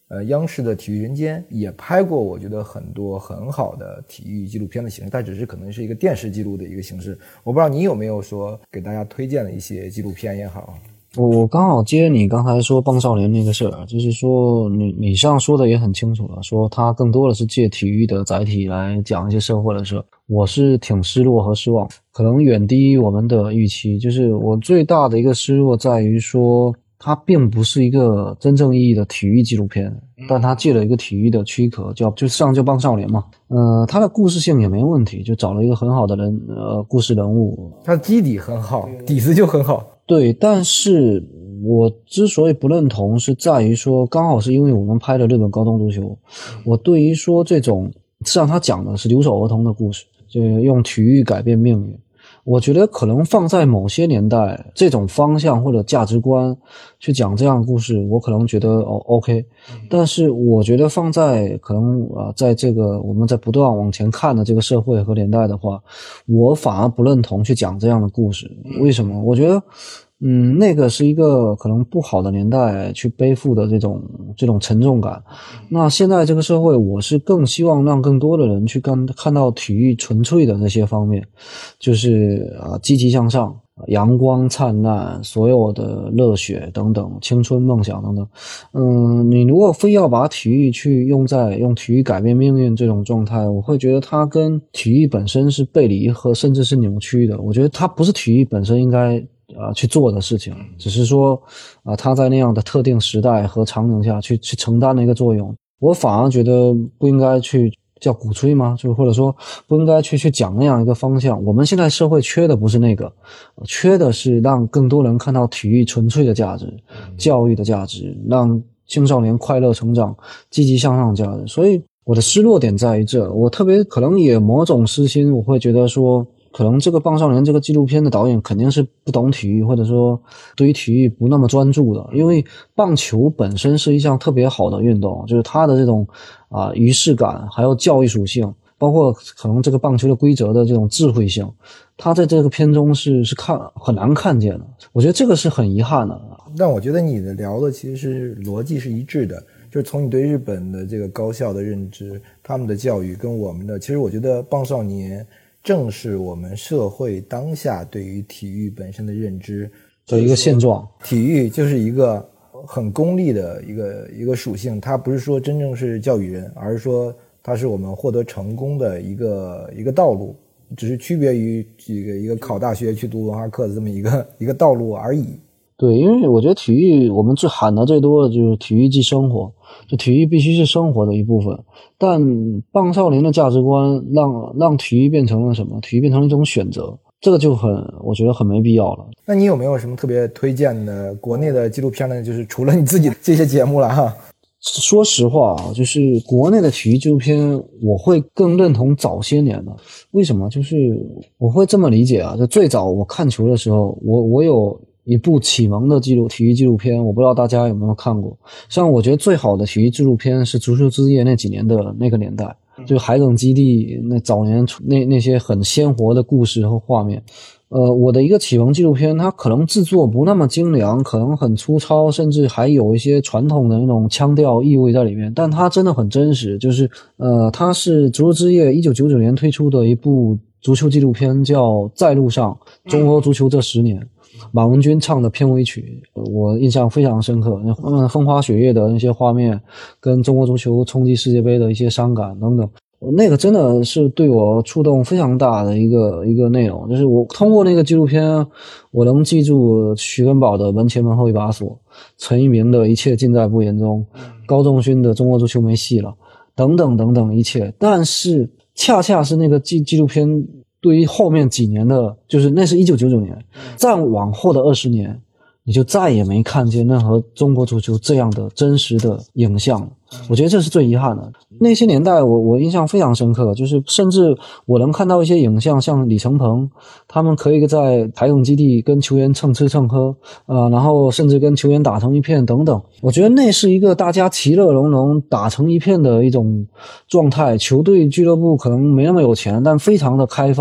央视的体育人间也拍过我觉得很多很好的体育纪录片的形式，它只是可能是一个电视记录的一个形式。我不知道你有没有说给大家推荐的一些纪录片也好。 我刚好接你刚才说棒少年那个事儿，就是说你上说的也很清楚了，说他更多的是借体育的载体来讲一些社会的事。我是挺失落和失望，可能远低于我们的预期。就是我最大的一个失落在于说，它并不是一个真正意义的体育纪录片，但它借了一个体育的躯壳，就棒少年嘛。它的故事性也没问题，就找了一个很好的故事人物， 它的基底很好，底子就很好。 对，但是我之所以不认同是在于说，刚好是因为我们拍了日本高中足球，我对于说这种实际上他讲的是留守儿童的故事，就用体育改变命运。我觉得可能放在某些年代，这种方向或者价值观去讲这样的故事，我可能觉得OK。但是我觉得放在可能在这个我们在不断往前看的这个社会和年代的话，我反而不认同去讲这样的故事。为什么？我觉得那个是一个可能不好的年代去背负的这种沉重感。那现在这个社会，我是更希望让更多的人去看到体育纯粹的这些方面，就是积极向上、阳光灿烂、所有的热血等等、青春梦想等等。你如果非要把体育去用体育改变命运这种状态，我会觉得它跟体育本身是背离和甚至是扭曲的。我觉得它不是体育本身应该去做的事情，只是说他在那样的特定时代和场景下去承担的一个作用。我反而觉得不应该去叫鼓吹吗？就或者说不应该去讲那样一个方向。我们现在社会缺的不是那个，缺的是让更多人看到体育纯粹的价值、教育的价值，让青少年快乐成长、积极向上的价值。所以我的失落点在于这，我特别可能也某种私心，我会觉得说，可能这个棒少年这个纪录片的导演肯定是不懂体育，或者说对于体育不那么专注的。因为棒球本身是一项特别好的运动，就是它的这种仪式感，还有教育属性，包括可能这个棒球的规则的这种智慧性，它在这个片中是很难看见的。我觉得这个是很遗憾的。 但我觉得你的聊的其实是逻辑是一致的，就是从你对日本的这个高校的认知，他们的教育跟我们的，其实我觉得棒少年正是我们社会当下对于体育本身的认知的一个现状。 体育就是一个很功利的一个属性，它不是说真正是教育人，而是说它是我们获得成功的一个道路，只是区别于一个考大学去读文化课的这么一个道路而已。 对，因为我觉得体育我们喊的最多的就是体育即生活，就体育必须是生活的一部分。但棒少年的价值观让体育变成了什么？体育变成了一种选择，这个就我觉得很没必要了。 那你有没有什么特别推荐的国内的纪录片呢？就是除了你自己这些节目了哈。 说实话就是国内的体育纪录片，我会更认同早些年的。为什么？就是我会这么理解就最早我看球的时候，我有一部启蒙的体育纪录片，我不知道大家有没有看过。像我觉得最好的体育纪录片是足球之夜那几年的那个年代，就海埂基地那早年那些很鲜活的故事和画面。我的一个启蒙纪录片，它可能制作不那么精良，可能很粗糙，甚至还有一些传统的那种腔调意味在里面，但它真的很真实。就是它是足球之夜1999年推出的一部足球纪录片，叫《在路上：中国足球这10年》。马文君唱的片尾曲，我印象非常深刻。风花雪月的那些画面，跟中国足球冲击世界杯的一些伤感等等，那个真的是对我触动非常大的一个内容。就是我通过那个纪录片，我能记住徐根宝的门前门后一把锁，陈一鸣的一切尽在不言中，高仲勋的中国足球没戏了，等等等等一切。但是恰恰是那个纪录片对于后面几年的，就是那是1999年，再往后的20年，你就再也没看见任何中国足球这样的真实的影像了。我觉得这是最遗憾的。那些年代我印象非常深刻，就是甚至我能看到一些影像，像李承鹏他们可以在海埂基地跟球员蹭吃蹭喝然后甚至跟球员打成一片等等。我觉得那是一个大家其乐融融打成一片的一种状态。球队俱乐部可能没那么有钱，但非常的开放，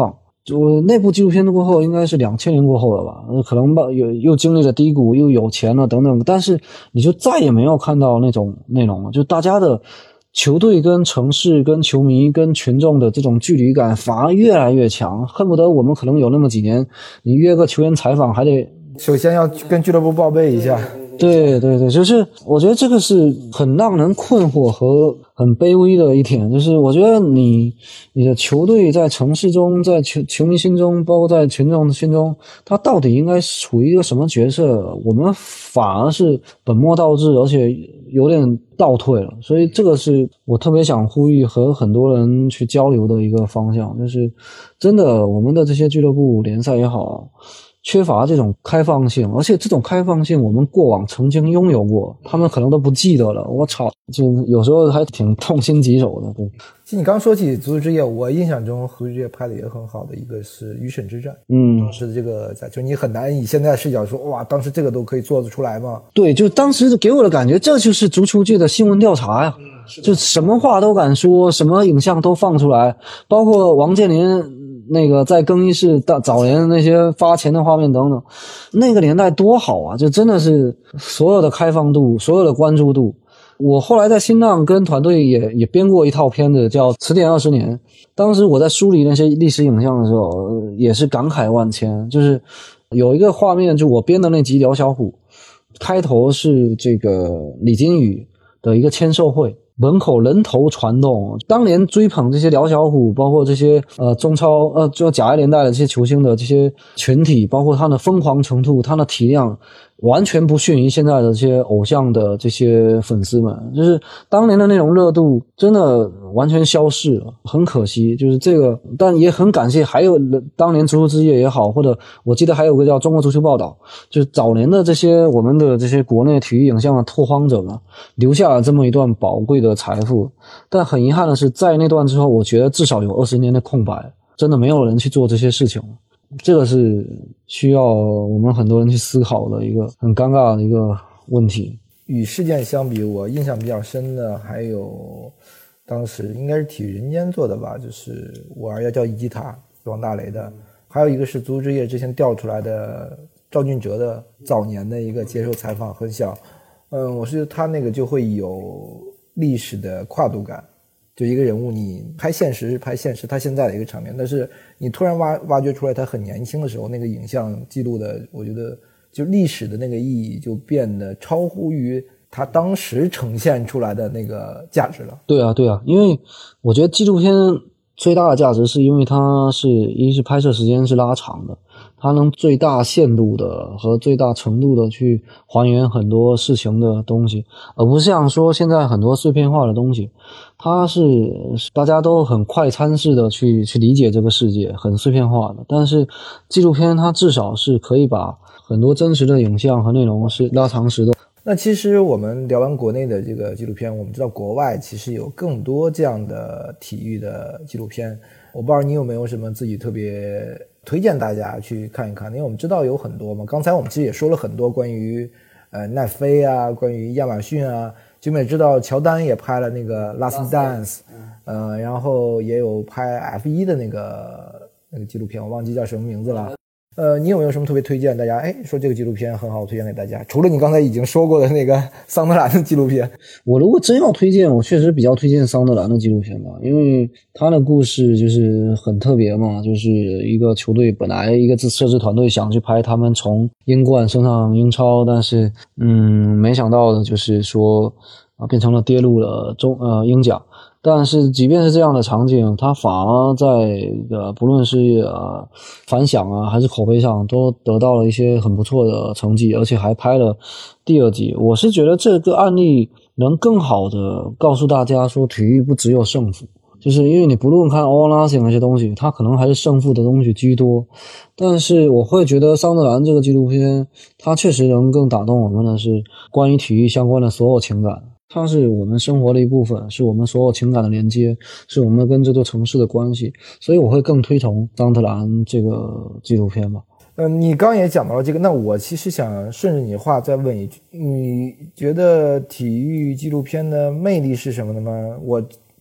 我那部纪录片的过后应该是2000年过后了吧，可能吧又经历了低谷，又有钱了等等，但是你就再也没有看到那种内容了，就大家的球队跟城市跟球迷跟群众的这种距离感反而越来越强，恨不得我们可能有那么几年你约个球员采访还得首先要跟俱乐部报备一下。 对对对，就是我觉得这个是很让人困惑和很卑微的一点，就是我觉得你的球队在城市中，在球迷心中，包括在群众的心中，他到底应该处于一个什么角色？我们反而是本末倒置，而且有点倒退了。所以这个是我特别想呼吁和很多人去交流的一个方向，就是真的我们的这些俱乐部联赛也好，缺乏这种开放性，而且这种开放性我们过往曾经拥有过，他们可能都不记得了。我操，就有时候还挺痛心疾首的。对， 其实你刚说起足球之夜，我印象中足球之夜拍的也很好的一个是鱼沈之战，当时的这个就你很难以现在视角说哇，当时这个都可以做得出来吗？ 对，就当时给我的感觉，这就是足球界的新闻调查呀，就什么话都敢说，什么影像都放出来，包括王健林那个在更衣室早年那些发钱的画面等等，那个年代多好啊！就真的是所有的开放度，所有的关注度。我后来在新浪跟团队也编过一套片子，叫《词典20年》。当时我在梳理那些历史影像的时候，也是感慨万千。就是有一个画面，就我编的那集《辽小虎》，开头是这个李金羽的一个签售会。门口人头攒动，当年追捧这些辽小虎，包括这些中超就甲 A 联赛的这些球星的这些群体，包括他的疯狂程度，他的体量完全不逊于现在的这些偶像的这些粉丝们，就是当年的那种热度真的完全消逝了，很可惜。就是这个，但也很感谢还有当年足球之夜也好，或者我记得还有个叫中国足球报道，就是早年的这些我们的这些国内体育影像的拓荒者们留下了这么一段宝贵的财富。但很遗憾的是，在那段之后，我觉得至少有20年的空白，真的没有人去做这些事情了。这个是需要我们很多人去思考的一个很尴尬的一个问题。 与事件相比，我印象比较深的还有当时应该是体育人间做的吧，就是我儿要叫一级塔，王大雷的，还有一个是足球之夜之前调出来的赵俊哲的早年的一个接受采访，很小，我是觉得他那个就会有历史的跨度感，就一个人物你拍现实他现在的一个场面，但是你突然挖掘出来他很年轻的时候那个影像记录的，我觉得就历史的那个意义就变得超乎于他当时呈现出来的那个价值了。 对啊，因为我觉得纪录片最大的价值是因为它是一是拍摄时间是拉长的，它能最大限度的和最大程度的去还原很多事情的东西，而不像说现在很多碎片化的东西，它是大家都很快餐式的去理解这个世界，很碎片化的。但是纪录片它至少是可以把很多真实的影像和内容是拉长时的。 那其实我们聊完国内的这个纪录片，我们知道国外其实有更多这样的体育的纪录片，我不知道你有没有什么自己特别推荐大家去看一看，因为我们知道有很多嘛，刚才我们其实也说了很多关于奈飞啊，关于亚马逊啊，就我们也知道乔丹也拍了那个 Last Dance，然后也有拍 F1 的那个纪录片，我忘记叫什么名字了。你有没有什么特别推荐大家？说这个纪录片很好，推荐给大家。除了你刚才已经说过的那个桑德兰的纪录片， 我如果真要推荐，我确实比较推荐桑德兰的纪录片吧，因为他的故事就是很特别嘛，就是一个球队本来一个摄制团队想去拍他们从英冠升上英超，但是没想到的就是说变成了跌入了英甲。但是即便是这样的场景，它反而在不论是反响啊还是口碑上都得到了一些很不错的成绩，而且还拍了第2季。我是觉得这个案例能更好的告诉大家说，体育不只有胜负，就是因为你不论看 All Nothing 那些东西，它可能还是胜负的东西居多，但是我会觉得桑德兰这个纪录片它确实能更打动我们的是关于体育相关的所有情感，它是我们生活的一部分，是我们所有情感的连接，是我们跟这座城市的关系，所以我会更推崇桑德兰这个纪录片吧。 你刚也讲到了这个，那我其实想顺着你话再问一句，你觉得体育纪录片的魅力是什么的吗？我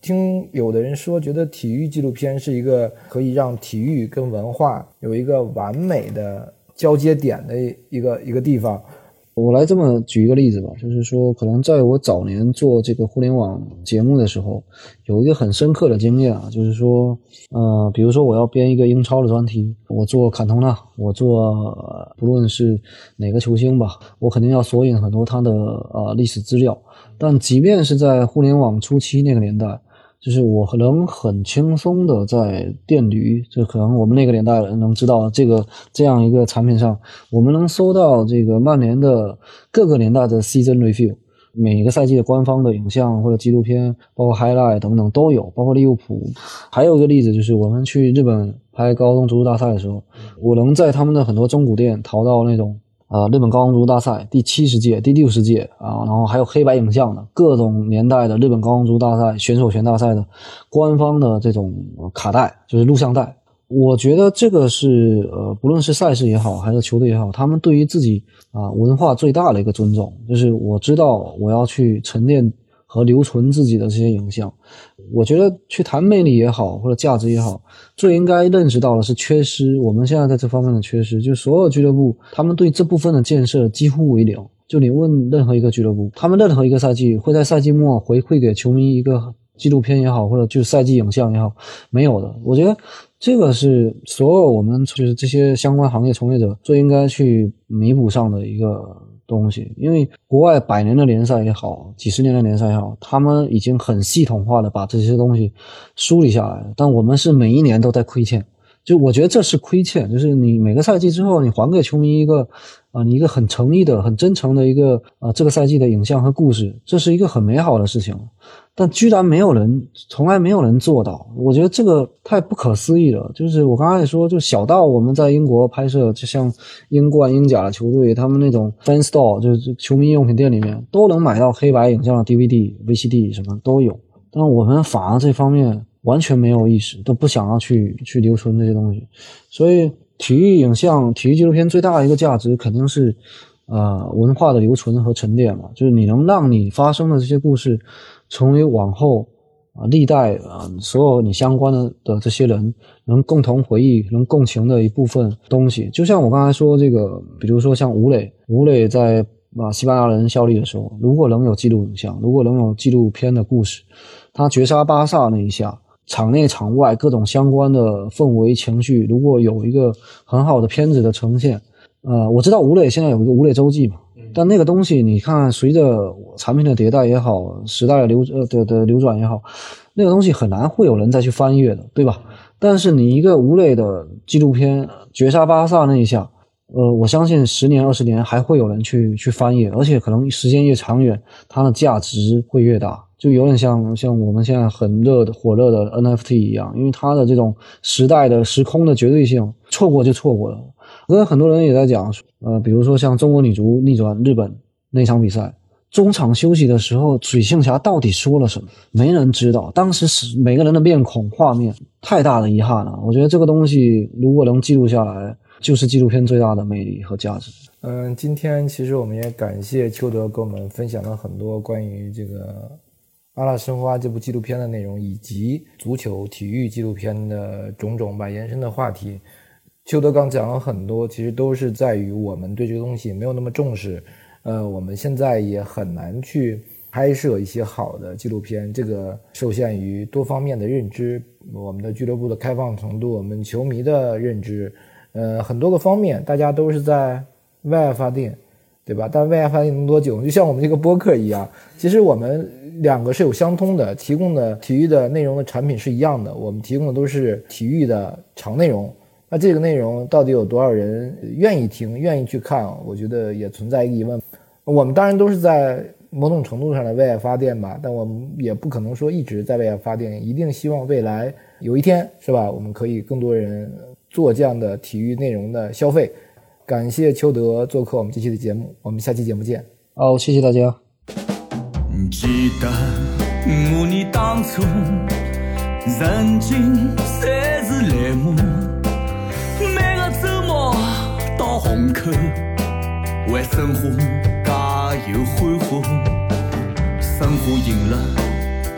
听有的人说，觉得体育纪录片是一个可以让体育跟文化有一个完美的交接点的一个地方。 我来这么举一个例子吧，就是说可能在我早年做这个互联网节目的时候，有一个很深刻的经验啊，就是说比如说我要编一个英超的专题，我做坎通纳，我做不论是哪个球星吧，我肯定要索引很多他的历史资料。但即便是在互联网初期那个年代，就是我能很轻松的在电驴，就可能我们那个年代的人能知道这样一个产品上，我们能搜到这个曼联的各个年代的 season review， 每个赛季的官方的影像或者纪录片，包括 highlight 等等都有，包括利物浦。还有一个例子就是我们去日本拍高中足球大赛的时候，我能在他们的很多中古店淘到那种日本高中足球大赛第70届、第60届然后还有黑白影像的各种年代的日本高中足球大赛选手权大赛的官方的这种卡带，就是录像带。我觉得这个是不论是赛事也好，还是球队也好，他们对于自己文化最大的一个尊重，就是我知道我要去沉淀和留存自己的这些影像。我觉得去谈魅力也好或者价值也好，最应该认识到的是缺失，我们现在在这方面的缺失，就所有俱乐部他们对这部分的建设几乎为零。就你问任何一个俱乐部，他们任何一个赛季会在赛季末回馈给球迷一个纪录片也好，或者就是赛季影像也好，没有的。我觉得这个是所有我们就是这些相关行业从业者最应该去弥补上的一个东西。因为国外100年的联赛也好，几十年的联赛也好，他们已经很系统化的把这些东西梳理下来了，但我们是每一年都在亏欠。就我觉得这是亏欠，就是你每个赛季之后你还给球迷一个你一个很诚意的很真诚的一个这个赛季的影像和故事，这是一个很美好的事情，但居然从来没有人做到。我觉得这个太不可思议了。就是我刚才也说，就小到我们在英国拍摄，就像英冠英甲的球队，他们那种 fan store 就是球迷用品店里面都能买到黑白影像的 DVD VCD 什么都有，但我们反而这方面完全没有意识，都不想要去留存这些东西。所以体育影像、体育纪录片最大的一个价值肯定是文化的留存和沉淀嘛，就是你能让你发生的这些故事成为往后历代所有你相关的这些人能共同回忆、能共情的一部分东西。就像我刚才说这个，比如说像吴磊在西班牙人效力的时候，如果能有记录影像，如果能有纪录片的故事，他绝杀巴萨那一下，场内场外各种相关的氛围情绪，如果有一个很好的片子的呈现，我知道吴磊现在有一个吴磊周记嘛，但那个东西你看随着产品的迭代也好，时代的流转也好，那个东西很难会有人再去翻阅的，对吧？但是你一个吴磊的纪录片绝杀巴萨那一下，我相信10年20年还会有人去翻阅，而且可能时间越长远，它的价值会越大。就有点像我们现在很火热的 NFT 一样，因为它的这种时代的时空的绝对性，错过就错过了。跟很多人也在讲比如说像中国女足逆转日本那场比赛，中场休息的时候水庆霞到底说了什么，没人知道，当时是每个人的面孔画面，太大的遗憾了。我觉得这个东西如果能记录下来，就是纪录片最大的魅力和价值。 今天其实我们也感谢邱德跟我们分享了很多关于这个阿拉申花这部纪录片的内容，以及足球体育纪录片的种种吧延伸的话题。邱德刚讲了很多，其实都是在于我们对这个东西没有那么重视，我们现在也很难去拍摄一些好的纪录片，这个受限于多方面的认知，我们的俱乐部的开放程度，我们球迷的认知，很多个方面，大家都是在为爱发电，对吧？但为爱发电能多久？就像我们这个播客一样，其实我们两个是有相通的，提供的体育的内容的产品是一样的，我们提供的都是体育的长内容。那这个内容到底有多少人愿意听、愿意去看？我觉得也存在一个疑问。我们当然都是在某种程度上的为爱发电吧，但我们也不可能说一直在为爱发电，一定希望未来有一天，是吧？我们可以更多人做这样的体育内容的消费。感谢邱德做客我们这期的节目，我们下期节目见。 好，谢谢大家。 记得我你当初认真才是泪目，每个周末到虹口为生活加油欢呼，生活赢了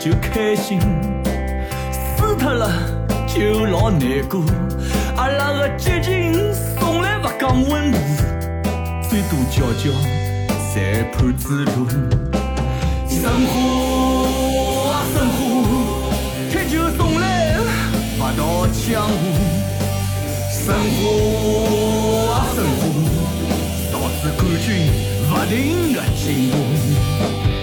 就开心，死脱了就老难过。阿拉个激情从来不讲温度，最多叫叫裁判指路。生活啊生活，踢球从来不到江湖。生活啊生活，导致冠军不停的进步。